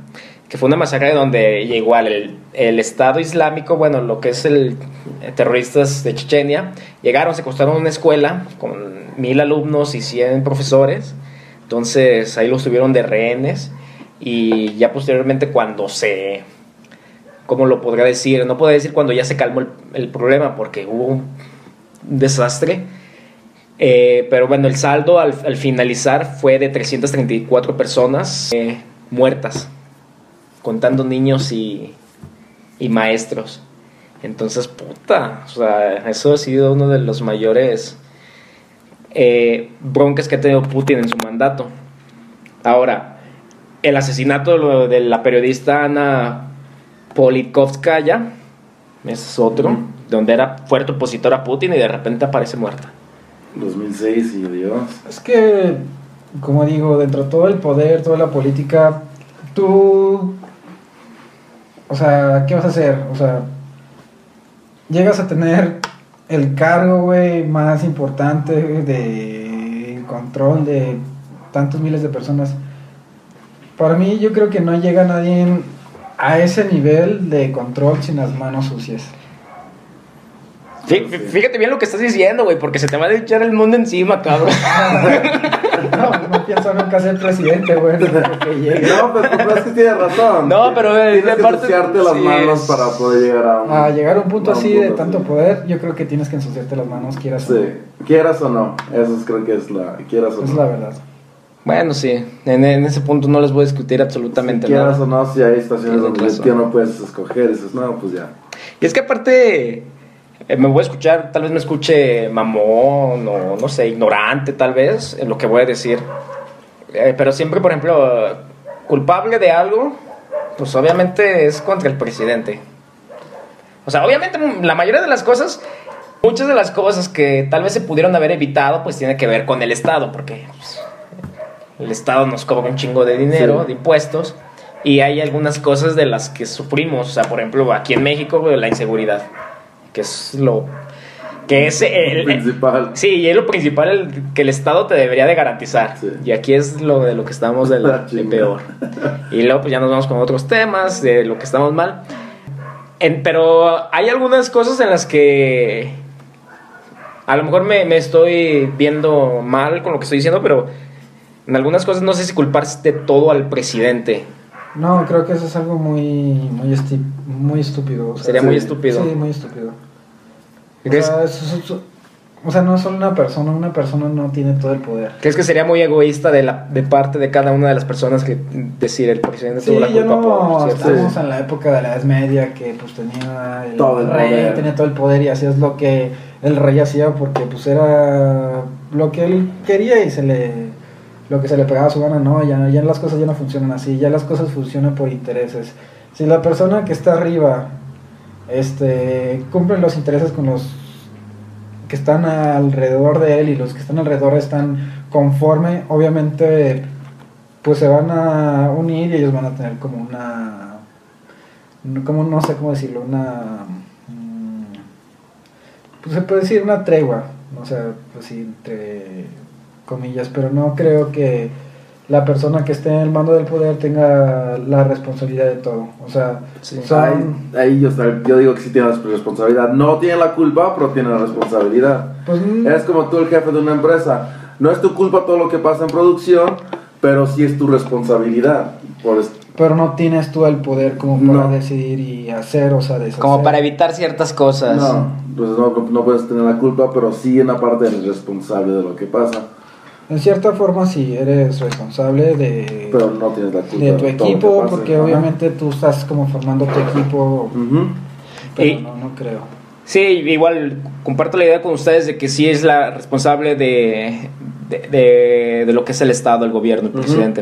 que fue una masacre donde igual el Estado Islámico, bueno, lo que es el terroristas de Chechenia, llegaron, secuestraron una escuela con 1000 alumnos y 100 profesores. Entonces ahí los tuvieron de rehenes, y ya posteriormente cuando ¿cómo lo podría decir? No podría decir cuando ya se calmó el problema, porque hubo un desastre. Pero bueno, el saldo al finalizar fue de 334 personas muertas, contando niños y maestros. Entonces, puta, o sea, eso ha sido uno de los mayores broncas que ha tenido Putin en su mandato. Ahora, el asesinato de la periodista Ana Politkovskaya, ese es otro, donde era fuerte opositora a Putin y de repente aparece muerta. 2006 y Dios. Es que, como digo, dentro de todo el poder, toda la política, tú, o sea, ¿qué vas a hacer? O sea, llegas a tener el cargo, güey, más importante de control de tantos miles de personas. Para mí, yo creo que no llega nadie a ese nivel de control sin las manos sucias. Fíjate bien lo que estás diciendo, güey, porque se te va a echar el mundo encima, cabrón. No pienso nunca ser presidente, güey. No, pero es que tienes razón. No, pero tienes que ensuciarte las manos para poder llegar a un punto así de tanto poder. Yo creo que tienes que ensuciarte las manos, quieras o no. Sí, quieras o no. Eso creo que es la verdad. Bueno, sí, en ese punto no les voy a discutir absolutamente nada. Quieras o no, si hay estaciones donde el tío no puedes escoger, dices, no, pues ya. Y es que aparte, me voy a escuchar, tal vez me escuche mamón o no sé, ignorante tal vez, en lo que voy a decir. Pero siempre, por ejemplo, culpable de algo, pues obviamente es contra el presidente. O sea, obviamente la mayoría de las cosas, muchas de las cosas que tal vez se pudieron haber evitado, pues tiene que ver con el Estado, porque pues, el Estado nos cobra un chingo de dinero, sí, de impuestos, y hay algunas cosas de las que sufrimos. O sea, por ejemplo, aquí en México, la inseguridad, que es lo principal. Sí, y es lo principal que el Estado te debería de garantizar. Sí. Y aquí es lo de lo que estamos de peor. Y luego pues ya nos vamos con otros temas de lo que estamos mal. Pero hay algunas cosas en las que a lo mejor me estoy viendo mal con lo que estoy diciendo, pero en algunas cosas no sé si culpar de todo al presidente. No, creo que eso es algo muy estúpido. O sea, sería muy estúpido. Sí, muy estúpido. O sea, no solo una persona no tiene todo el poder. ¿Crees que sería muy egoísta de parte de cada una de las personas que decir el presidente tuvo la culpa? Sí, no estamos en la época de la Edad Media que pues tenía el rey, tenía todo el poder y hacías lo que el rey hacía porque pues era lo que él quería y lo que se le pegaba a su gana. No, ya las cosas ya no funcionan así, ya las cosas funcionan por intereses. Si la persona que está arriba cumplen los intereses con los que están alrededor de él y los que están alrededor están conforme, obviamente pues se van a unir y ellos van a tener como no sé cómo decirlo, pues se puede decir una tregua, o sea, pues sí, entre comillas, pero no creo que la persona que esté en el mando del poder tenga la responsabilidad de todo. O sea, sí. Ahí yo digo que sí tiene la responsabilidad. No tiene la culpa, pero tiene la responsabilidad. Pues, eres como tú el jefe de una empresa. No es tu culpa todo lo que pasa en producción, pero sí es tu responsabilidad. Pero no tienes tú el poder como para decidir y hacer, o sea, deshacer. Como para evitar ciertas cosas. No, pues no puedes tener la culpa, pero sí en la parte eres responsable de lo que pasa. En cierta forma sí eres responsable pero no tienes la culpa de tu equipo, porque obviamente tú estás como formando tu equipo, pero no creo. Sí, igual comparto la idea con ustedes de que sí es la responsable de lo que es el Estado, el gobierno, el presidente.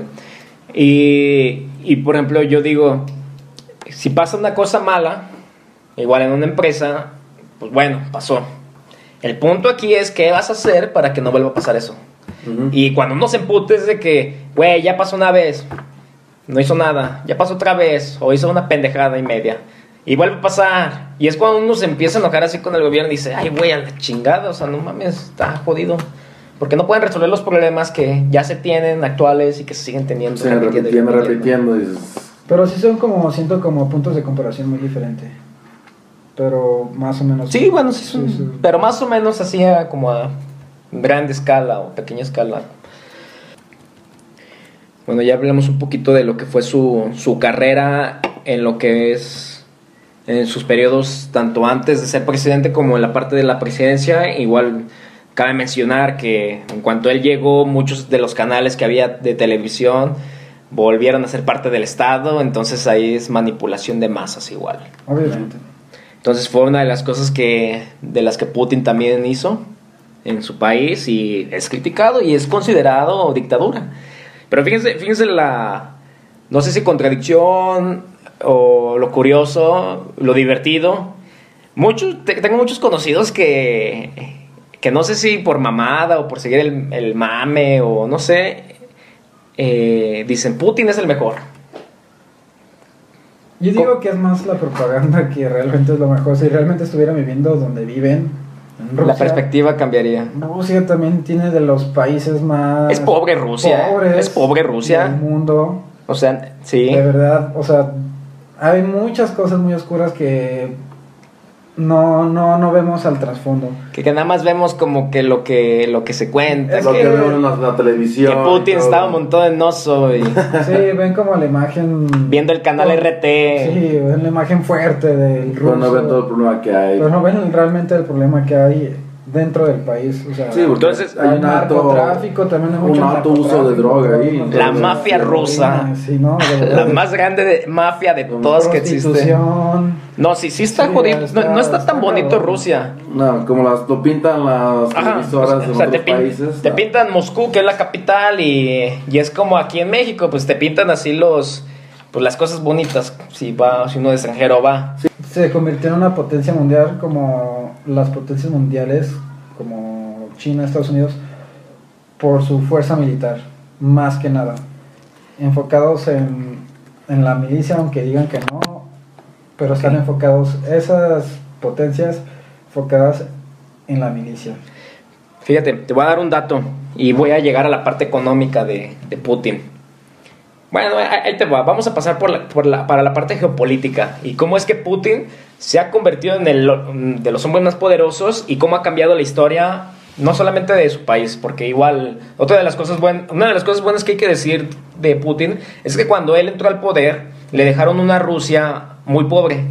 Y por ejemplo yo digo, si pasa una cosa mala, igual en una empresa, pues bueno, pasó. El punto aquí es qué vas a hacer para que no vuelva a pasar eso. Y cuando uno se emputa es de que, güey, ya pasó una vez, no hizo nada, ya pasó otra vez, o hizo una pendejada y media, y vuelve a pasar. Y es cuando uno se empieza a enojar así con el gobierno y dice, ay, güey, a la chingada, o sea, no mames, está jodido. Porque no pueden resolver los problemas que ya se tienen actuales y que se siguen teniendo. Sí, repitiendo. Y dices, Pero sí son como, siento como puntos de comparación muy diferentes. Pero más o menos. Sí, bueno, sí son. Sí. Pero más o menos hacía como a grande escala o pequeña escala. Bueno, ya hablamos un poquito de lo que fue su carrera en lo que es en sus periodos tanto antes de ser presidente como en la parte de la presidencia. Igual cabe mencionar que en cuanto él llegó, muchos de los canales que había de televisión volvieron a ser parte del Estado, entonces ahí es manipulación de masas igual. Obviamente. Entonces fue una de las cosas de las que Putin también hizo en su país y es criticado y es considerado dictadura. Pero fíjense no sé si contradicción o lo curioso, lo divertido. Tengo muchos conocidos que no sé si por mamada o por seguir el mame o no sé, dicen Putin es el mejor. Yo digo que es más la propaganda que realmente es lo mejor. Si realmente estuvieran viviendo donde viven, en Rusia, la perspectiva cambiaría. Rusia también tiene de los países más... Es pobre Rusia. Es pobre Rusia. Del mundo. O sea, sí. De verdad, o sea, hay muchas cosas muy oscuras que no vemos al trasfondo. Que nada más vemos como que lo que se cuenta. Es lo que vemos en la televisión. Que Putin estaba montado en oso. Y sí, ven como la imagen... viendo el canal RT. Sí, ven la imagen fuerte del ruso. Pero no ven todo el problema que hay. Pero no ven realmente el problema que hay dentro del país. O sea, sí, entonces hay narcotráfico, también hay mucho un alto uso de droga ahí. La mafia rusa. Sí, ¿no? La más grande mafia de todas que existe. No, sí está jodido. No está tan bonito Rusia. No, como lo pintan las televisoras de otros países. Te pintan Moscú, que es la capital, y es como aquí en México, pues te pintan así las cosas bonitas, si uno de extranjero va. Sí. Se convirtió en una potencia mundial como las potencias mundiales, como China, Estados Unidos, por su fuerza militar, más que nada. Enfocados en la milicia, aunque digan que no, pero están enfocados, esas potencias enfocadas en la milicia. Fíjate, te voy a dar un dato y voy a llegar a la parte económica de Putin. Bueno, ahí te va. Vamos a pasar para la parte geopolítica y cómo es que Putin se ha convertido en de los hombres más poderosos y cómo ha cambiado la historia, no solamente de su país, porque igual una de las cosas buenas que hay que decir de Putin es que cuando él entró al poder le dejaron una Rusia muy pobre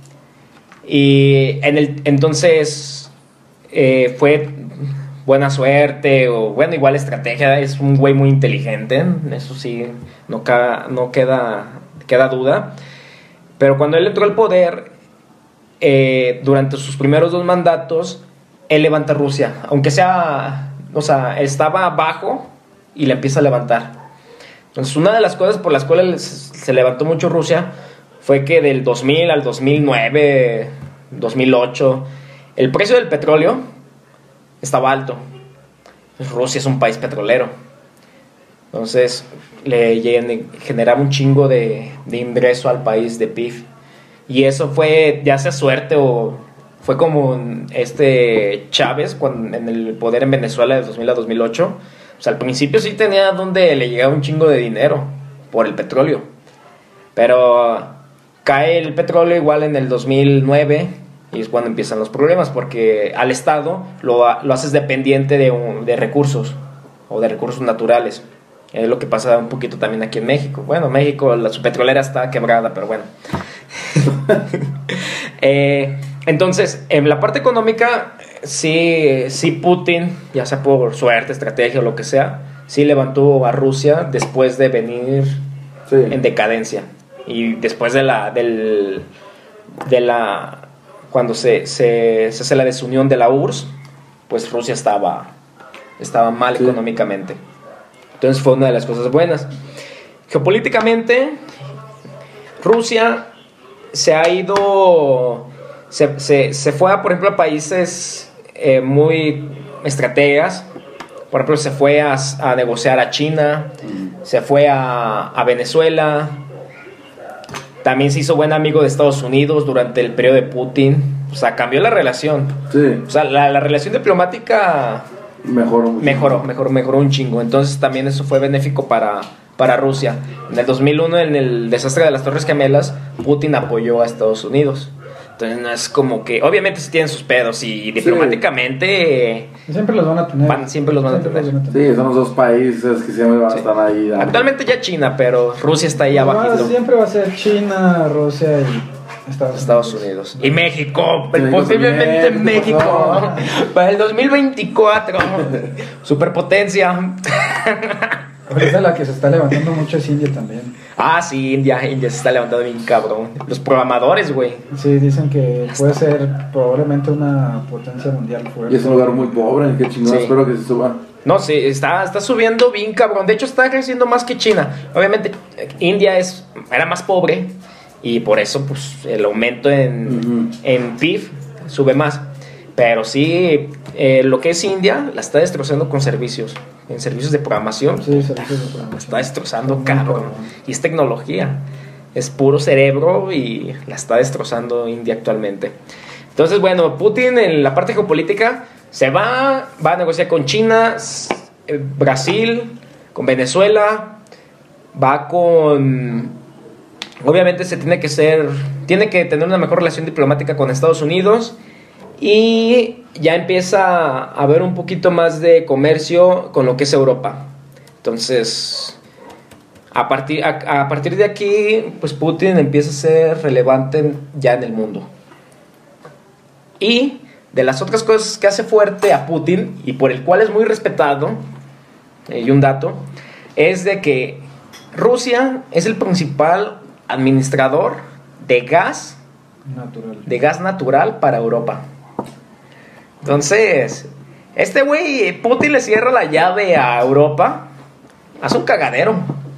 y entonces fue buena suerte o bueno, igual estrategia, es un güey muy inteligente, eso sí, no queda duda. Pero cuando él entró al poder, durante sus primeros 2 mandatos, él levanta Rusia, aunque sea, o sea, estaba abajo y la empieza a levantar. Entonces, una de las cosas por las cuales se levantó mucho Rusia fue que del 2000 al 2009, 2008, el precio del petróleo estaba alto. Rusia es un país petrolero. Entonces le generaba un chingo de ingreso al país de PIB. Y eso fue, ya sea suerte o fue como Chávez en el poder en Venezuela de 2000 a 2008. O sea, al principio sí tenía donde le llegaba un chingo de dinero por el petróleo. Pero cae el petróleo igual en el 2009 y es cuando empiezan los problemas, porque al Estado lo haces dependiente de recursos o de recursos naturales. Es lo que pasa un poquito también aquí en México. Bueno, México, su petrolera está quebrada, pero bueno. Entonces, en la parte económica, sí Putin, ya sea por suerte, estrategia o lo que sea, sí levantó a Rusia después de venir en decadencia. Y después cuando se hace la desunión de la URSS, pues Rusia estaba mal económicamente. Entonces fue una de las cosas buenas. Geopolíticamente, Rusia se ha ido, se fue por ejemplo a países muy estrategas. Por ejemplo, se fue a negociar a China, se fue a Venezuela. También se hizo buen amigo de Estados Unidos durante el periodo de Putin. O sea, cambió la relación. Sí. O sea, la relación diplomática mejoró un chingo. Entonces también eso fue benéfico para para Rusia. En el 2001, en el desastre de las Torres Gemelas, Putin apoyó a Estados Unidos. Entonces no es como que, obviamente sí tienen sus pedos y diplomáticamente siempre los van a tener. Siempre los van a tener. Sí, son los dos países que siempre van a estar ahí. Actualmente ya China, pero Rusia está ahí abajo. Siempre va a ser China, Rusia y Estados Unidos. Y México, posiblemente México. No. Para el 2024. Superpotencia. Ahorita la que se está levantando mucho es India también. Ah, sí, India se está levantando bien cabrón. Los programadores, güey. Sí, dicen que puede ser probablemente una potencia mundial fuerte. Y es un lugar muy pobre, qué chingón, Sí. espero que se suba. No, sí, está subiendo bien cabrón. De hecho, está creciendo más que China. Obviamente, India era más pobre y por eso, pues, el aumento en PIB sube más. Pero sí, lo que es India la está destrozando con servicios. En servicios de programación. Sí, servicios de programación. La está destrozando, cabrón. Y es tecnología. Es puro cerebro y la está destrozando India actualmente. Entonces, bueno, Putin en la parte geopolítica se va a negociar con China, Brasil, con Venezuela, va con... Obviamente tiene que tener una mejor relación diplomática con Estados Unidos y ya empieza a haber un poquito más de comercio con lo que es Europa. Entonces, a partir de aquí, pues Putin empieza a ser relevante ya en el mundo. Y de las otras cosas que hace fuerte a Putin y por el cual es muy respetado, y un dato, es de que Rusia es el principal administrador de gas natural para Europa. Entonces, este güey, Putin le cierra la llave a Europa, hace un cagadero.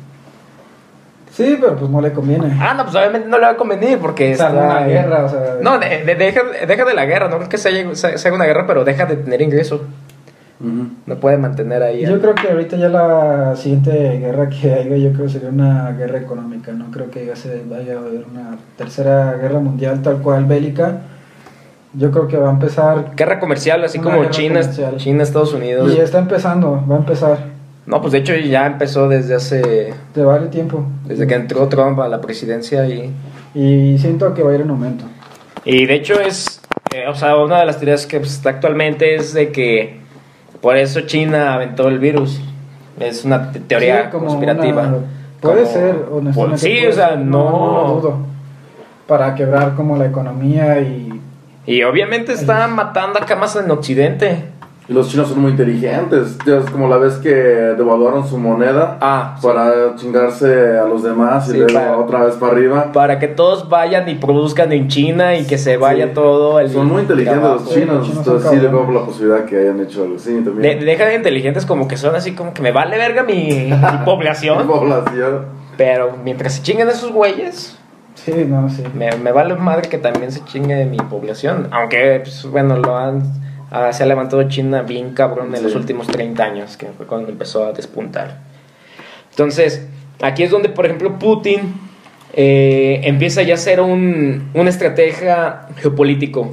Sí, pero pues no le conviene. Ah, no, pues obviamente no le va a convenir porque está una guerra, o sea... No, deja de la guerra, no creo que se haga una guerra, pero deja de tener ingreso. No puede mantener ahí. Yo creo que ahorita ya la siguiente guerra que haya, yo creo que sería una guerra económica. No creo que ya se vaya a haber una tercera guerra mundial tal cual bélica. Yo creo que va a empezar guerra comercial, así como China, Estados Unidos. Y está empezando, va a empezar. No, pues de hecho ya empezó desde hace... De varios tiempo. Desde que entró Trump a la presidencia y siento que va a ir en aumento. Y de hecho es... o sea, una de las teorías que está actualmente es de que por eso China aventó el virus. Es una teoría sí, conspirativa. Puede ser, honestamente. Sí, o sea, no dudo. Para quebrar como la economía y obviamente está matando acá más en Occidente. Y los chinos son muy inteligentes. Es como la vez que devaluaron su moneda para chingarse a los demás y luego otra vez para arriba. Para que todos vayan y produzcan en China y que se vaya todo. Son muy inteligentes los chinos. Entonces sí le veo la posibilidad que hayan hecho algo así también. Deja de inteligentes como que son así como que me vale verga mi población. Mi población. Pero mientras se chinguen esos güeyes... Sí, no, sí. Me vale madre que también se chingue mi población. Aunque, pues, bueno, se ha levantado China bien cabrón en los últimos 30 años, que fue cuando empezó a despuntar. Entonces, aquí es donde, por ejemplo, Putin empieza ya a ser un estratega geopolítico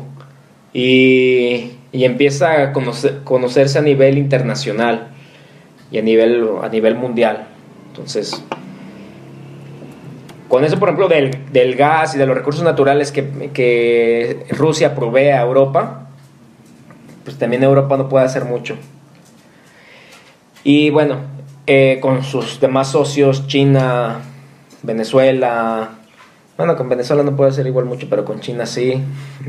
y empieza a conocerse a nivel internacional y a nivel mundial. Entonces, con eso, por ejemplo, del gas y de los recursos naturales que Rusia provee a Europa, pues también Europa no puede hacer mucho. Y bueno, con sus demás socios, China, Venezuela, bueno, con Venezuela no puede hacer igual mucho, pero con China sí,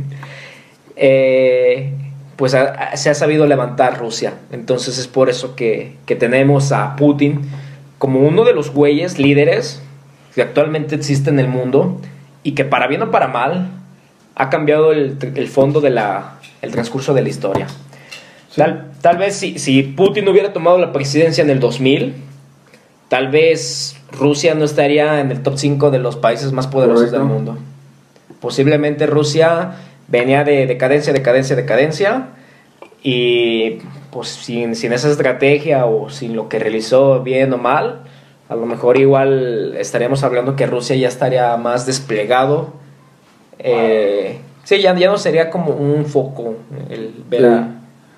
pues se ha sabido levantar Rusia. Entonces es por eso que tenemos a Putin como uno de los güeyes líderes que actualmente existe en el mundo y que para bien o para mal ha cambiado el fondo el transcurso de la historia. Sí. Tal vez si Putin no hubiera tomado la presidencia en el 2000, tal vez Rusia no estaría en el top 5 de los países más poderosos del mundo. Posiblemente Rusia venía de decadencia y pues sin esa estrategia o sin lo que realizó bien o mal, a lo mejor igual estaríamos hablando que Rusia ya estaría más desplegado. Sí, ya no sería como un foco el ver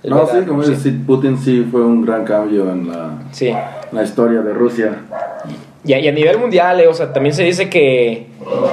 como Putin sí fue un gran cambio en la historia de Rusia. Y a nivel mundial, o sea, también se dice que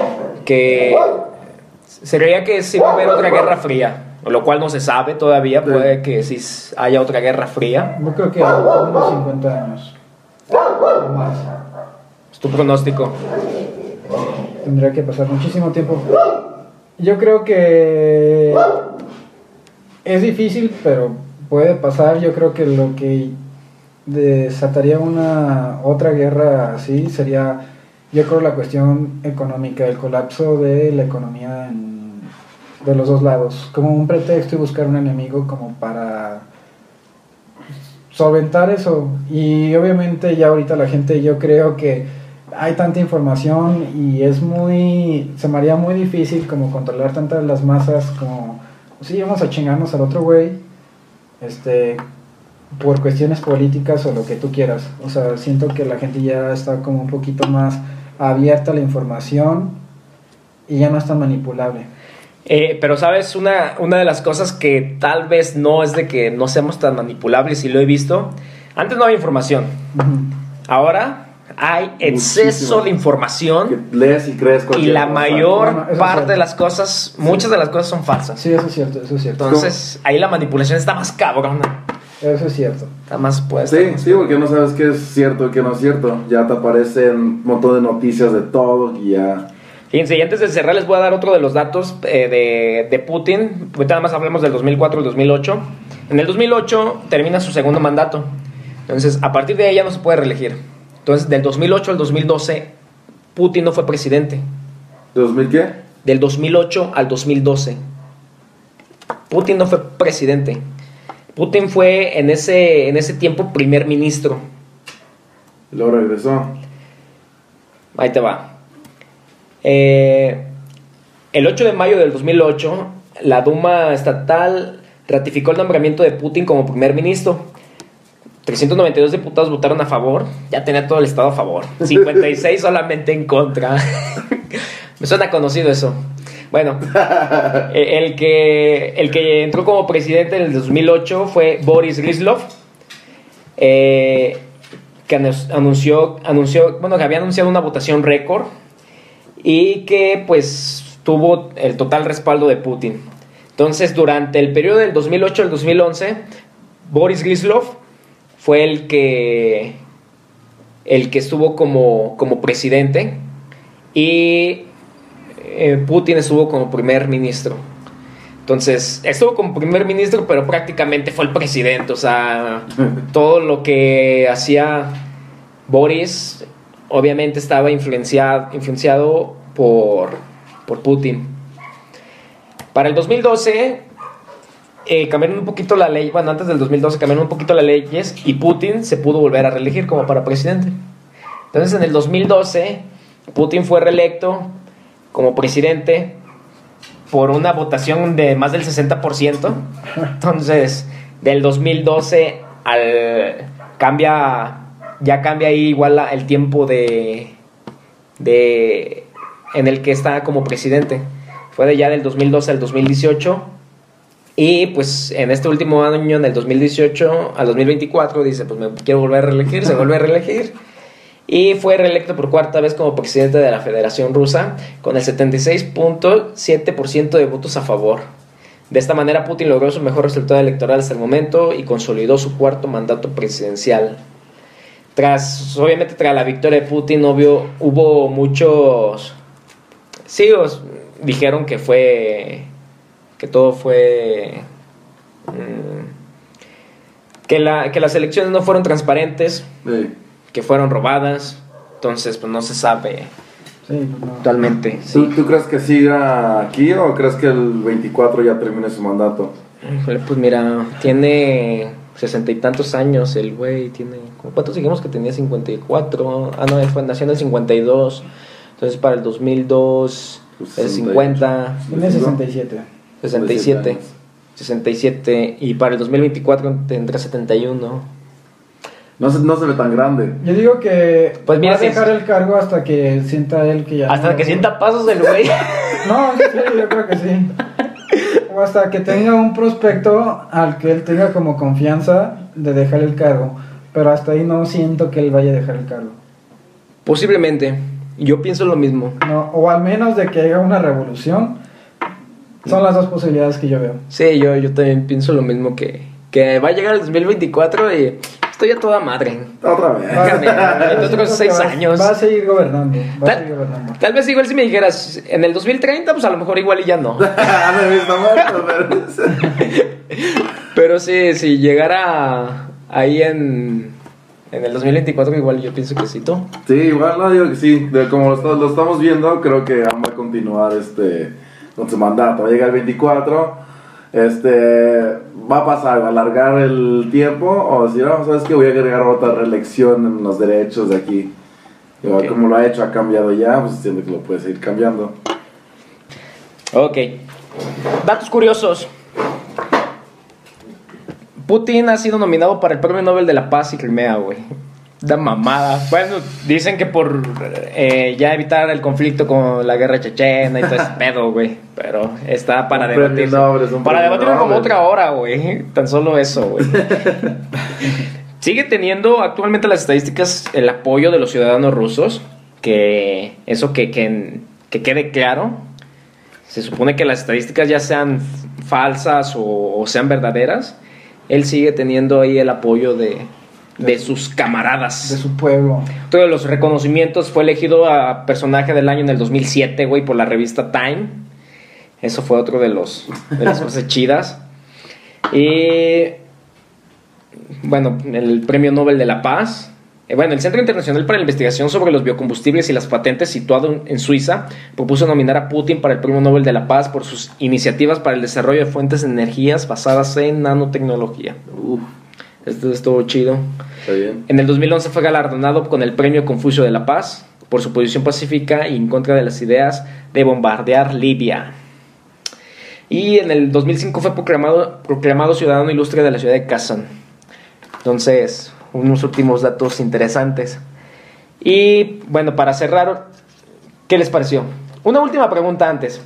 se creía que sí va a haber otra guerra fría, lo cual no se sabe todavía, puede que sí haya otra guerra fría. Yo creo que unos 50 años o más. ¿Es tu pronóstico? Tendría que pasar muchísimo tiempo. Yo creo que es difícil, pero puede pasar. Yo creo que lo que desataría una otra guerra así sería, yo creo, la cuestión económica, el colapso de la economía de los dos lados, como un pretexto y buscar un enemigo como para solventar eso. Y obviamente ya ahorita la gente, yo creo que hay tanta información y se me haría muy difícil como controlar tantas las masas como, sí, vamos a chingarnos al otro güey, por cuestiones políticas o lo que tú quieras. O sea, siento que la gente ya está como un poquito más abierta a la información y ya no es tan manipulable. Pero sabes, una de las cosas que tal vez no es de que no seamos tan manipulables, y lo he visto, antes no había información. Ahora hay exceso de información que lees y crees y la mayor parte de las cosas, muchas de las cosas son falsas. Sí, eso es cierto, eso es cierto. Entonces ahí la manipulación está más cabrona. Eso es cierto. Está más puesta. Sí, porque no sabes qué es cierto y qué no es cierto. Ya te aparecen un montón de noticias de todo y ya... Fíjense, y antes de cerrar les voy a dar otro de los datos de Putin. Ahorita nada más hablamos del 2004 y el 2008. En el 2008 termina su segundo mandato. Entonces, a partir de ahí ya no se puede reelegir. Entonces, del 2008 al 2012, Putin no fue presidente. ¿De 2000 qué? Del 2008 al 2012. Putin no fue presidente. Putin fue en ese tiempo primer ministro. Y luego regresó. Ahí te va. El 8 de mayo del 2008, la Duma estatal ratificó el nombramiento de Putin como primer ministro. 392 diputados votaron a favor. Ya tenía todo el estado a favor. 56 solamente en contra. Me suena conocido eso. Bueno, el que entró como presidente en el 2008 fue Boris Gryzlov, que anunció, bueno, que había anunciado una votación récord y que pues tuvo el total respaldo de Putin. Entonces, durante el periodo del 2008 al 2011, Boris Gryzlov fue el que estuvo como presidente y Putin estuvo como primer ministro. Entonces, estuvo como primer ministro, pero prácticamente fue el presidente. O sea, todo lo que hacía Boris, obviamente estaba influenciado por Putin. Para el 2012, cambiaron un poquito la ley. Bueno, antes del 2012 cambiaron un poquito las leyes y Putin se pudo volver a reelegir como para presidente. Entonces, en el 2012, Putin fue reelecto como presidente por una votación de más del 60%. Entonces, del 2012 cambia ahí igual el tiempo en el que está como presidente. Fue de ya del 2012 al 2018. Y pues en este último año, en el 2018 al 2024, dice, pues me quiero volver a reelegir, se vuelve a reelegir. Y fue reelecto por cuarta vez como presidente de la Federación Rusa con el 76.7% de votos a favor. De esta manera Putin logró su mejor resultado electoral hasta el momento y consolidó su cuarto mandato presidencial. Obviamente tras la victoria de Putin hubo muchos... Sí, dijeron que todo fue... que las elecciones no fueron transparentes. Sí. Que fueron robadas. Entonces pues no se sabe totalmente. Sí. ¿Tú crees que siga aquí o crees que el 24 ya termine su mandato? Pues mira, tiene 60 y tantos años el güey, tiene... ¿Cuántos dijimos que tenía? 54. Nació en el 52. Entonces para el 2002 pues el 50. Tiene 67. 67 y para el 2024 tendrá 71. No se ve tan grande. Yo digo que pues mira, va a dejar el cargo hasta que sienta él que ya... Hasta que sienta pasos del güey. No, sí, yo creo que sí. O hasta que tenga un prospecto al que él tenga como confianza de dejar el cargo. Pero hasta ahí no siento que él vaya a dejar el cargo. Posiblemente. Yo pienso lo mismo. No, o al menos de que haya una revolución. Son las dos posibilidades que yo veo. Sí, yo también pienso lo mismo, que va a llegar el 2024 y estoy a toda madre. Otra vez. En otros 6 años. Va a seguir gobernando. Tal vez igual si me dijeras, en el 2030, pues a lo mejor igual y ya no. Pero sí, si llegara ahí en el 2024, igual yo pienso que sí, ¿tú? Sí, igual no digo que sí. Como lo estamos viendo, creo que va a continuar con su mandato. Va a llegar el 24. Va a pasar, va a alargar el tiempo. O decir, no, ¿sabes qué? Voy a agregar otra reelección en los derechos de aquí. Igual Okay. como lo ha hecho, ha cambiado ya. Pues entiendo que lo puede seguir cambiando. Ok. Datos curiosos. Putin ha sido nominado para el Premio Nobel de la Paz y Crimea, güey. Da mamada. Bueno, dicen que por ya evitar el conflicto con la guerra chechena y todo ese pedo, güey. Pero está para debatir. Para debatirlo como otra hora, güey. Tan solo eso, güey. Sigue teniendo actualmente las estadísticas el apoyo de los ciudadanos rusos. Que eso que quede claro. Se supone que las estadísticas ya sean falsas o sean verdaderas. Él sigue teniendo ahí el apoyo de sus camaradas. De su pueblo. Otro de los reconocimientos, fue elegido a personaje del año en el 2007, güey, por la revista Time. Eso fue otro de las cosas chidas. Y bueno, el Premio Nobel de la Paz. Bueno, el Centro Internacional para la Investigación sobre los Biocombustibles y las Patentes, situado en Suiza, propuso nominar a Putin para el Premio Nobel de la Paz por sus iniciativas para el desarrollo de fuentes de energías basadas en nanotecnología. Esto estuvo chido. Está bien. En el 2011 fue galardonado con el Premio Confucio de la Paz por su posición pacífica y en contra de las ideas de bombardear Libia. Y en el 2005 fue proclamado ciudadano ilustre de la ciudad de Kazán. Entonces, unos últimos datos interesantes. Y bueno, para cerrar, ¿qué les pareció? Una última pregunta antes.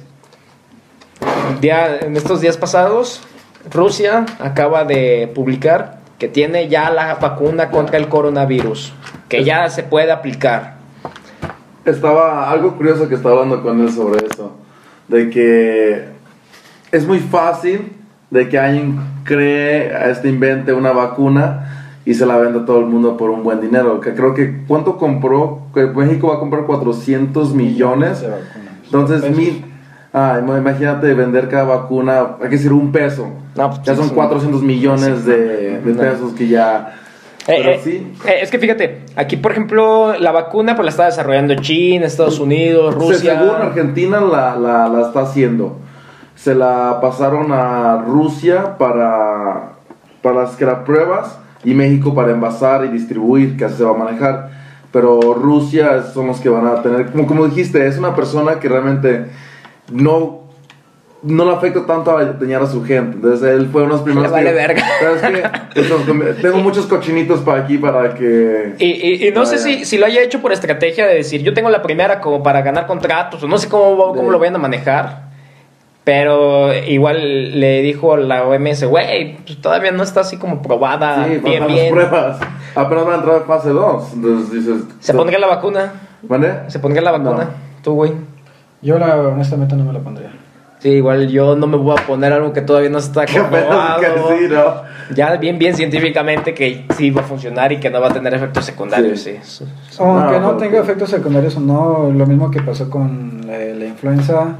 En estos días pasados, Rusia acaba de publicar que tiene ya la vacuna contra el coronavirus, que ya se puede aplicar. Estaba algo curioso que estaba hablando con él sobre eso, de que es muy fácil de que alguien invente una vacuna y se la venda a todo el mundo por un buen dinero. Que creo que ¿cuánto compró? Que México va a comprar 400 millones. Entonces, imagínate vender cada vacuna, hay que decir $1. No, pues, ya son 400 millones de pesos que ya... Es que fíjate, aquí por ejemplo la vacuna pues la está desarrollando China, Estados Unidos, Rusia. Según Argentina la está haciendo. Se la pasaron a Rusia para las pruebas y México para envasar y distribuir, que así se va a manejar. Pero Rusia son los que van a tener, como dijiste, es una persona que realmente no le afecta tanto a dañar a su gente. Entonces él fue uno de los primeros. Le vale verga. Tengo muchos cochinitos para aquí para que. Y no sé si lo haya hecho por estrategia de decir, yo tengo la primera como para ganar contratos, o no sé cómo lo vayan a manejar. Pero igual le dijo a la OMS, güey, pues todavía no está así como probada bien. Pruebas. Apenas va a entrar en fase 2. Entonces dices. ¿Se pondría la vacuna? ¿Vale? ¿Se pondría la vacuna? No. Tú, güey. Yo honestamente no me la pondría. Sí, igual yo no me voy a poner algo que todavía no está comprobado. Sí, ¿no? Ya bien científicamente que sí va a funcionar y que no va a tener efectos secundarios. Sí. Aunque no tenga efectos secundarios o no, lo mismo que pasó con la influenza.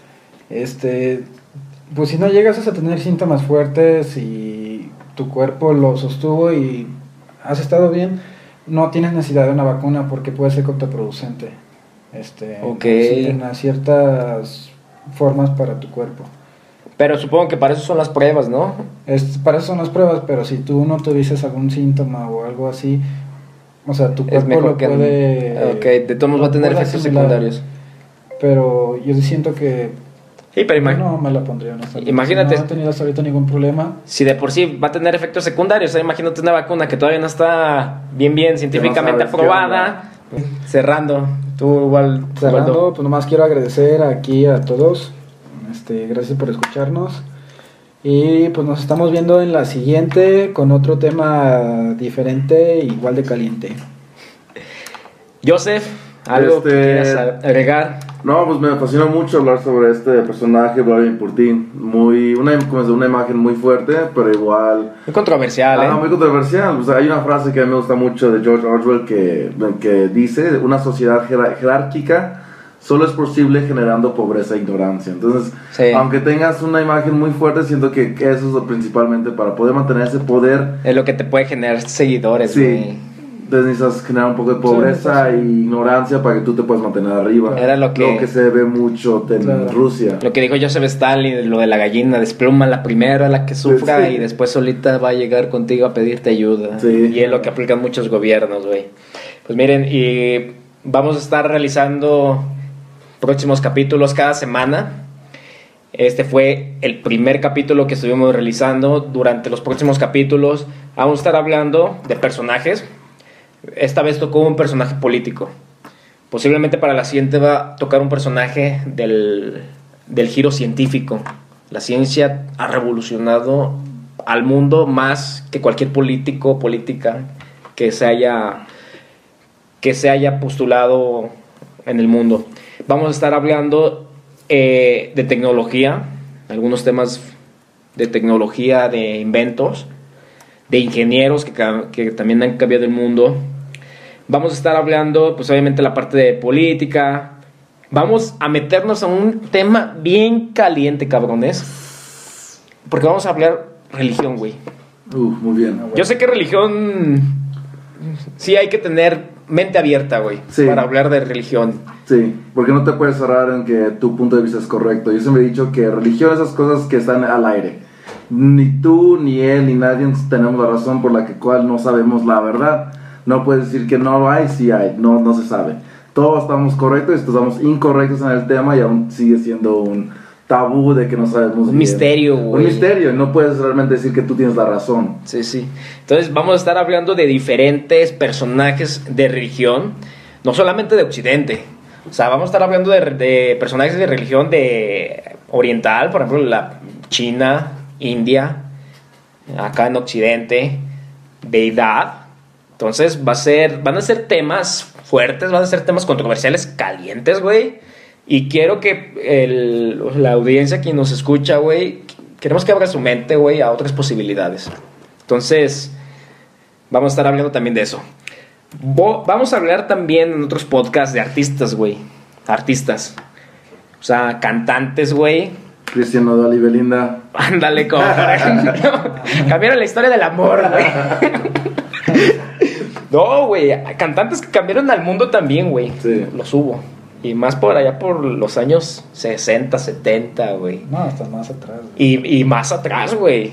Pues si no llegas a tener síntomas fuertes y tu cuerpo lo sostuvo y has estado bien, no tienes necesidad de una vacuna porque puede ser contraproducente. En ciertas formas para tu cuerpo. Pero supongo que para eso son las pruebas, ¿no? Para eso son las pruebas, pero si tú no tuvieses algún síntoma o algo así, o sea, tu cuerpo lo puede... Ok, de todos modos va a tener efectos secundarios. Pero yo siento que... Sí, pero no me la pondría. Imagínate. No he tenido hasta ahorita ningún problema. Si de por sí va a tener efectos secundarios, imagínate una vacuna que todavía no está bien científicamente aprobada. Cerrando, tú igual. Pues nomás quiero agradecer aquí a todos. Gracias por escucharnos. Y pues nos estamos viendo en la siguiente con otro tema diferente, igual de caliente. Joseph, ¿algo que quieras agregar? No, pues me fascina mucho hablar sobre este personaje, Vladimir Putin. Una imagen muy fuerte, pero igual... Muy controversial, muy controversial. O sea, hay una frase que a mí me gusta mucho de George Orwell que dice: una sociedad jerárquica solo es posible generando pobreza e ignorancia. Entonces, sí, aunque tengas una imagen muy fuerte, siento que eso es lo principalmente para poder mantener ese poder. Es lo que te puede generar seguidores, sí, güey. Entonces necesitas generar un poco de pobreza e ignorancia para que tú te puedas mantener arriba. Era lo que se ve mucho en Rusia. Lo que dijo Joseph Stalin, lo de la gallina: despluma la primera, la que sufra, sí, y después solita va a llegar contigo a pedirte ayuda. Sí. Y es lo que aplican muchos gobiernos, güey. Pues miren, y vamos a estar realizando próximos capítulos cada semana. Este fue el primer capítulo que estuvimos realizando. Durante los próximos capítulos vamos a estar hablando de personajes. Esta vez tocó un personaje político. Posiblemente para la siguiente va a tocar un personaje del giro científico. La ciencia ha revolucionado al mundo más que cualquier político o política que se haya postulado en el mundo. Vamos a estar hablando de tecnología, algunos temas de tecnología, de inventos, de ingenieros que también han cambiado el mundo. Vamos a estar hablando, pues obviamente, la parte de política. Vamos a meternos a un tema bien caliente, cabrones, porque vamos a hablar religión, güey. Muy bien. Yo sé que religión sí hay que tener mente abierta, güey, sí, para hablar de religión. Sí, porque no te puedes cerrar en que tu punto de vista es correcto. Yo siempre he dicho que religión, esas cosas que están al aire. Ni tú, ni él, ni nadie tenemos la razón por la cual no sabemos la verdad. No puedes decir que no lo hay, sí hay, no se sabe. Todos estamos correctos y estamos incorrectos en el tema, y aún sigue siendo un tabú de que no sabemos un bien. Misterio, güey. Un misterio, y no puedes realmente decir que tú tienes la razón. Sí. Entonces vamos a estar hablando de diferentes personajes de religión, no solamente de Occidente. O sea, vamos a estar hablando de personajes de religión de oriental, por ejemplo, la China, India, acá en Occidente, deidad. Entonces van a ser temas fuertes, van a ser temas controversiales, calientes, güey. Y quiero que la audiencia, quien nos escucha, güey, queremos que abra su mente, güey, a otras posibilidades. Entonces, vamos a estar hablando también de eso. Vamos a hablar también en otros podcasts de artistas, güey. Artistas. O sea, cantantes, güey. Cristian Nodal y Belinda. Ándale, cambiaron la historia del amor, güey. No, güey, cantantes que cambiaron al mundo también, güey. Sí. Los hubo. Y más por allá por los años 60, 70, güey. No, hasta más atrás, güey. Y más atrás, güey.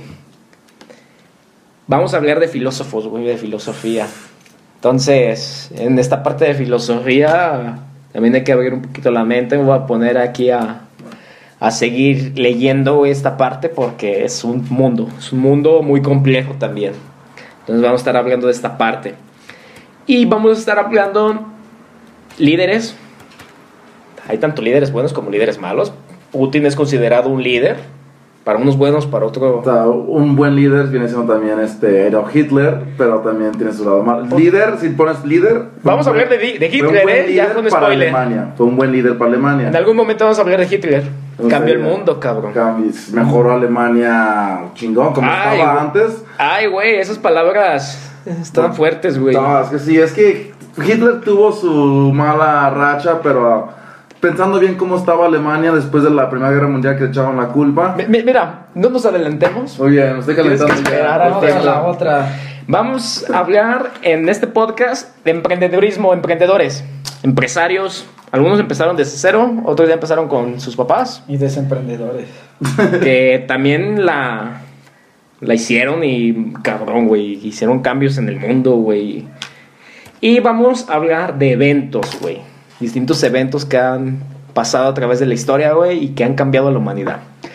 Vamos a hablar de filósofos, güey, de filosofía. Entonces, en esta parte de filosofía también hay que abrir un poquito la mente. Me voy a poner aquí a seguir leyendo esta parte, porque es un mundo muy complejo también. Entonces vamos a estar hablando de esta parte. Y vamos a estar hablando líderes. Hay tanto líderes buenos como líderes malos. Putin es considerado un líder, para unos buenos, para otros... O sea, un buen líder viene siendo también Adolf Hitler, pero también tiene su lado malo. Líder, si pones líder... Vamos a hablar de Hitler, ya con spoiler. Alemania. Fue un buen líder para Alemania. En algún momento vamos a hablar de Hitler. Cambió el mundo, cabrón. Mejoró Alemania chingón, como estaba antes. Ay, güey, esas palabras están fuertes, güey. No, es que sí, es que Hitler tuvo su mala racha, pero pensando bien cómo estaba Alemania después de la Primera Guerra Mundial, que le echaban la culpa. Mira, no nos adelantemos. Muy bien, me estoy calentando ya. La otra. Vamos a hablar en este podcast de emprendedurismo, emprendedores, empresarios. Algunos empezaron desde cero, otros ya empezaron con sus papás. Y desemprendedores. Que también la hicieron y, cabrón, güey, hicieron cambios en el mundo, güey. Y vamos a hablar de eventos, güey. Distintos eventos que han pasado a través de la historia, güey, y que han cambiado a la humanidad.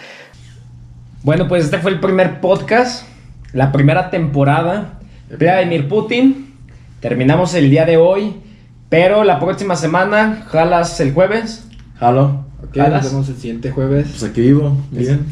Bueno, pues este fue el primer podcast, la primera temporada. Vladimir Putin. Terminamos el día de hoy, pero la próxima semana, ¿jalas el jueves? Jalo. Ok, nos vemos el siguiente jueves. Pues aquí vivo, bien.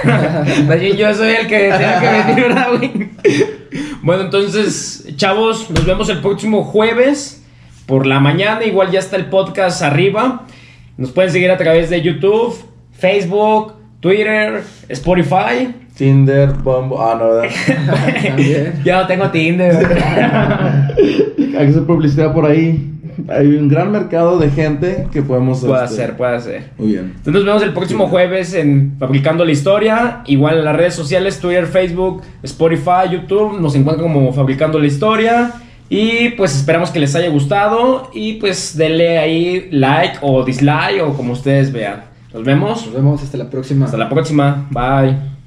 Yo soy el que tenía que venir, ¿verdad, güey? Bueno, entonces, chavos, nos vemos el próximo jueves por la mañana. Igual ya está el podcast arriba. Nos pueden seguir a través de YouTube, Facebook, Twitter, Spotify, Tinder, Bumble. No, ¿verdad? Yo no tengo Tinder. Hay que hacer publicidad por ahí. Hay un gran mercado de gente que podemos... Puede ser. Muy bien. Entonces nos vemos el próximo jueves en Fabricando la Historia. Igual en las redes sociales, Twitter, Facebook, Spotify, YouTube. Nos encuentran como Fabricando la Historia. Y pues esperamos que les haya gustado. Y pues denle ahí like o dislike o como ustedes vean. Nos vemos. Nos vemos hasta la próxima. Hasta la próxima. Bye.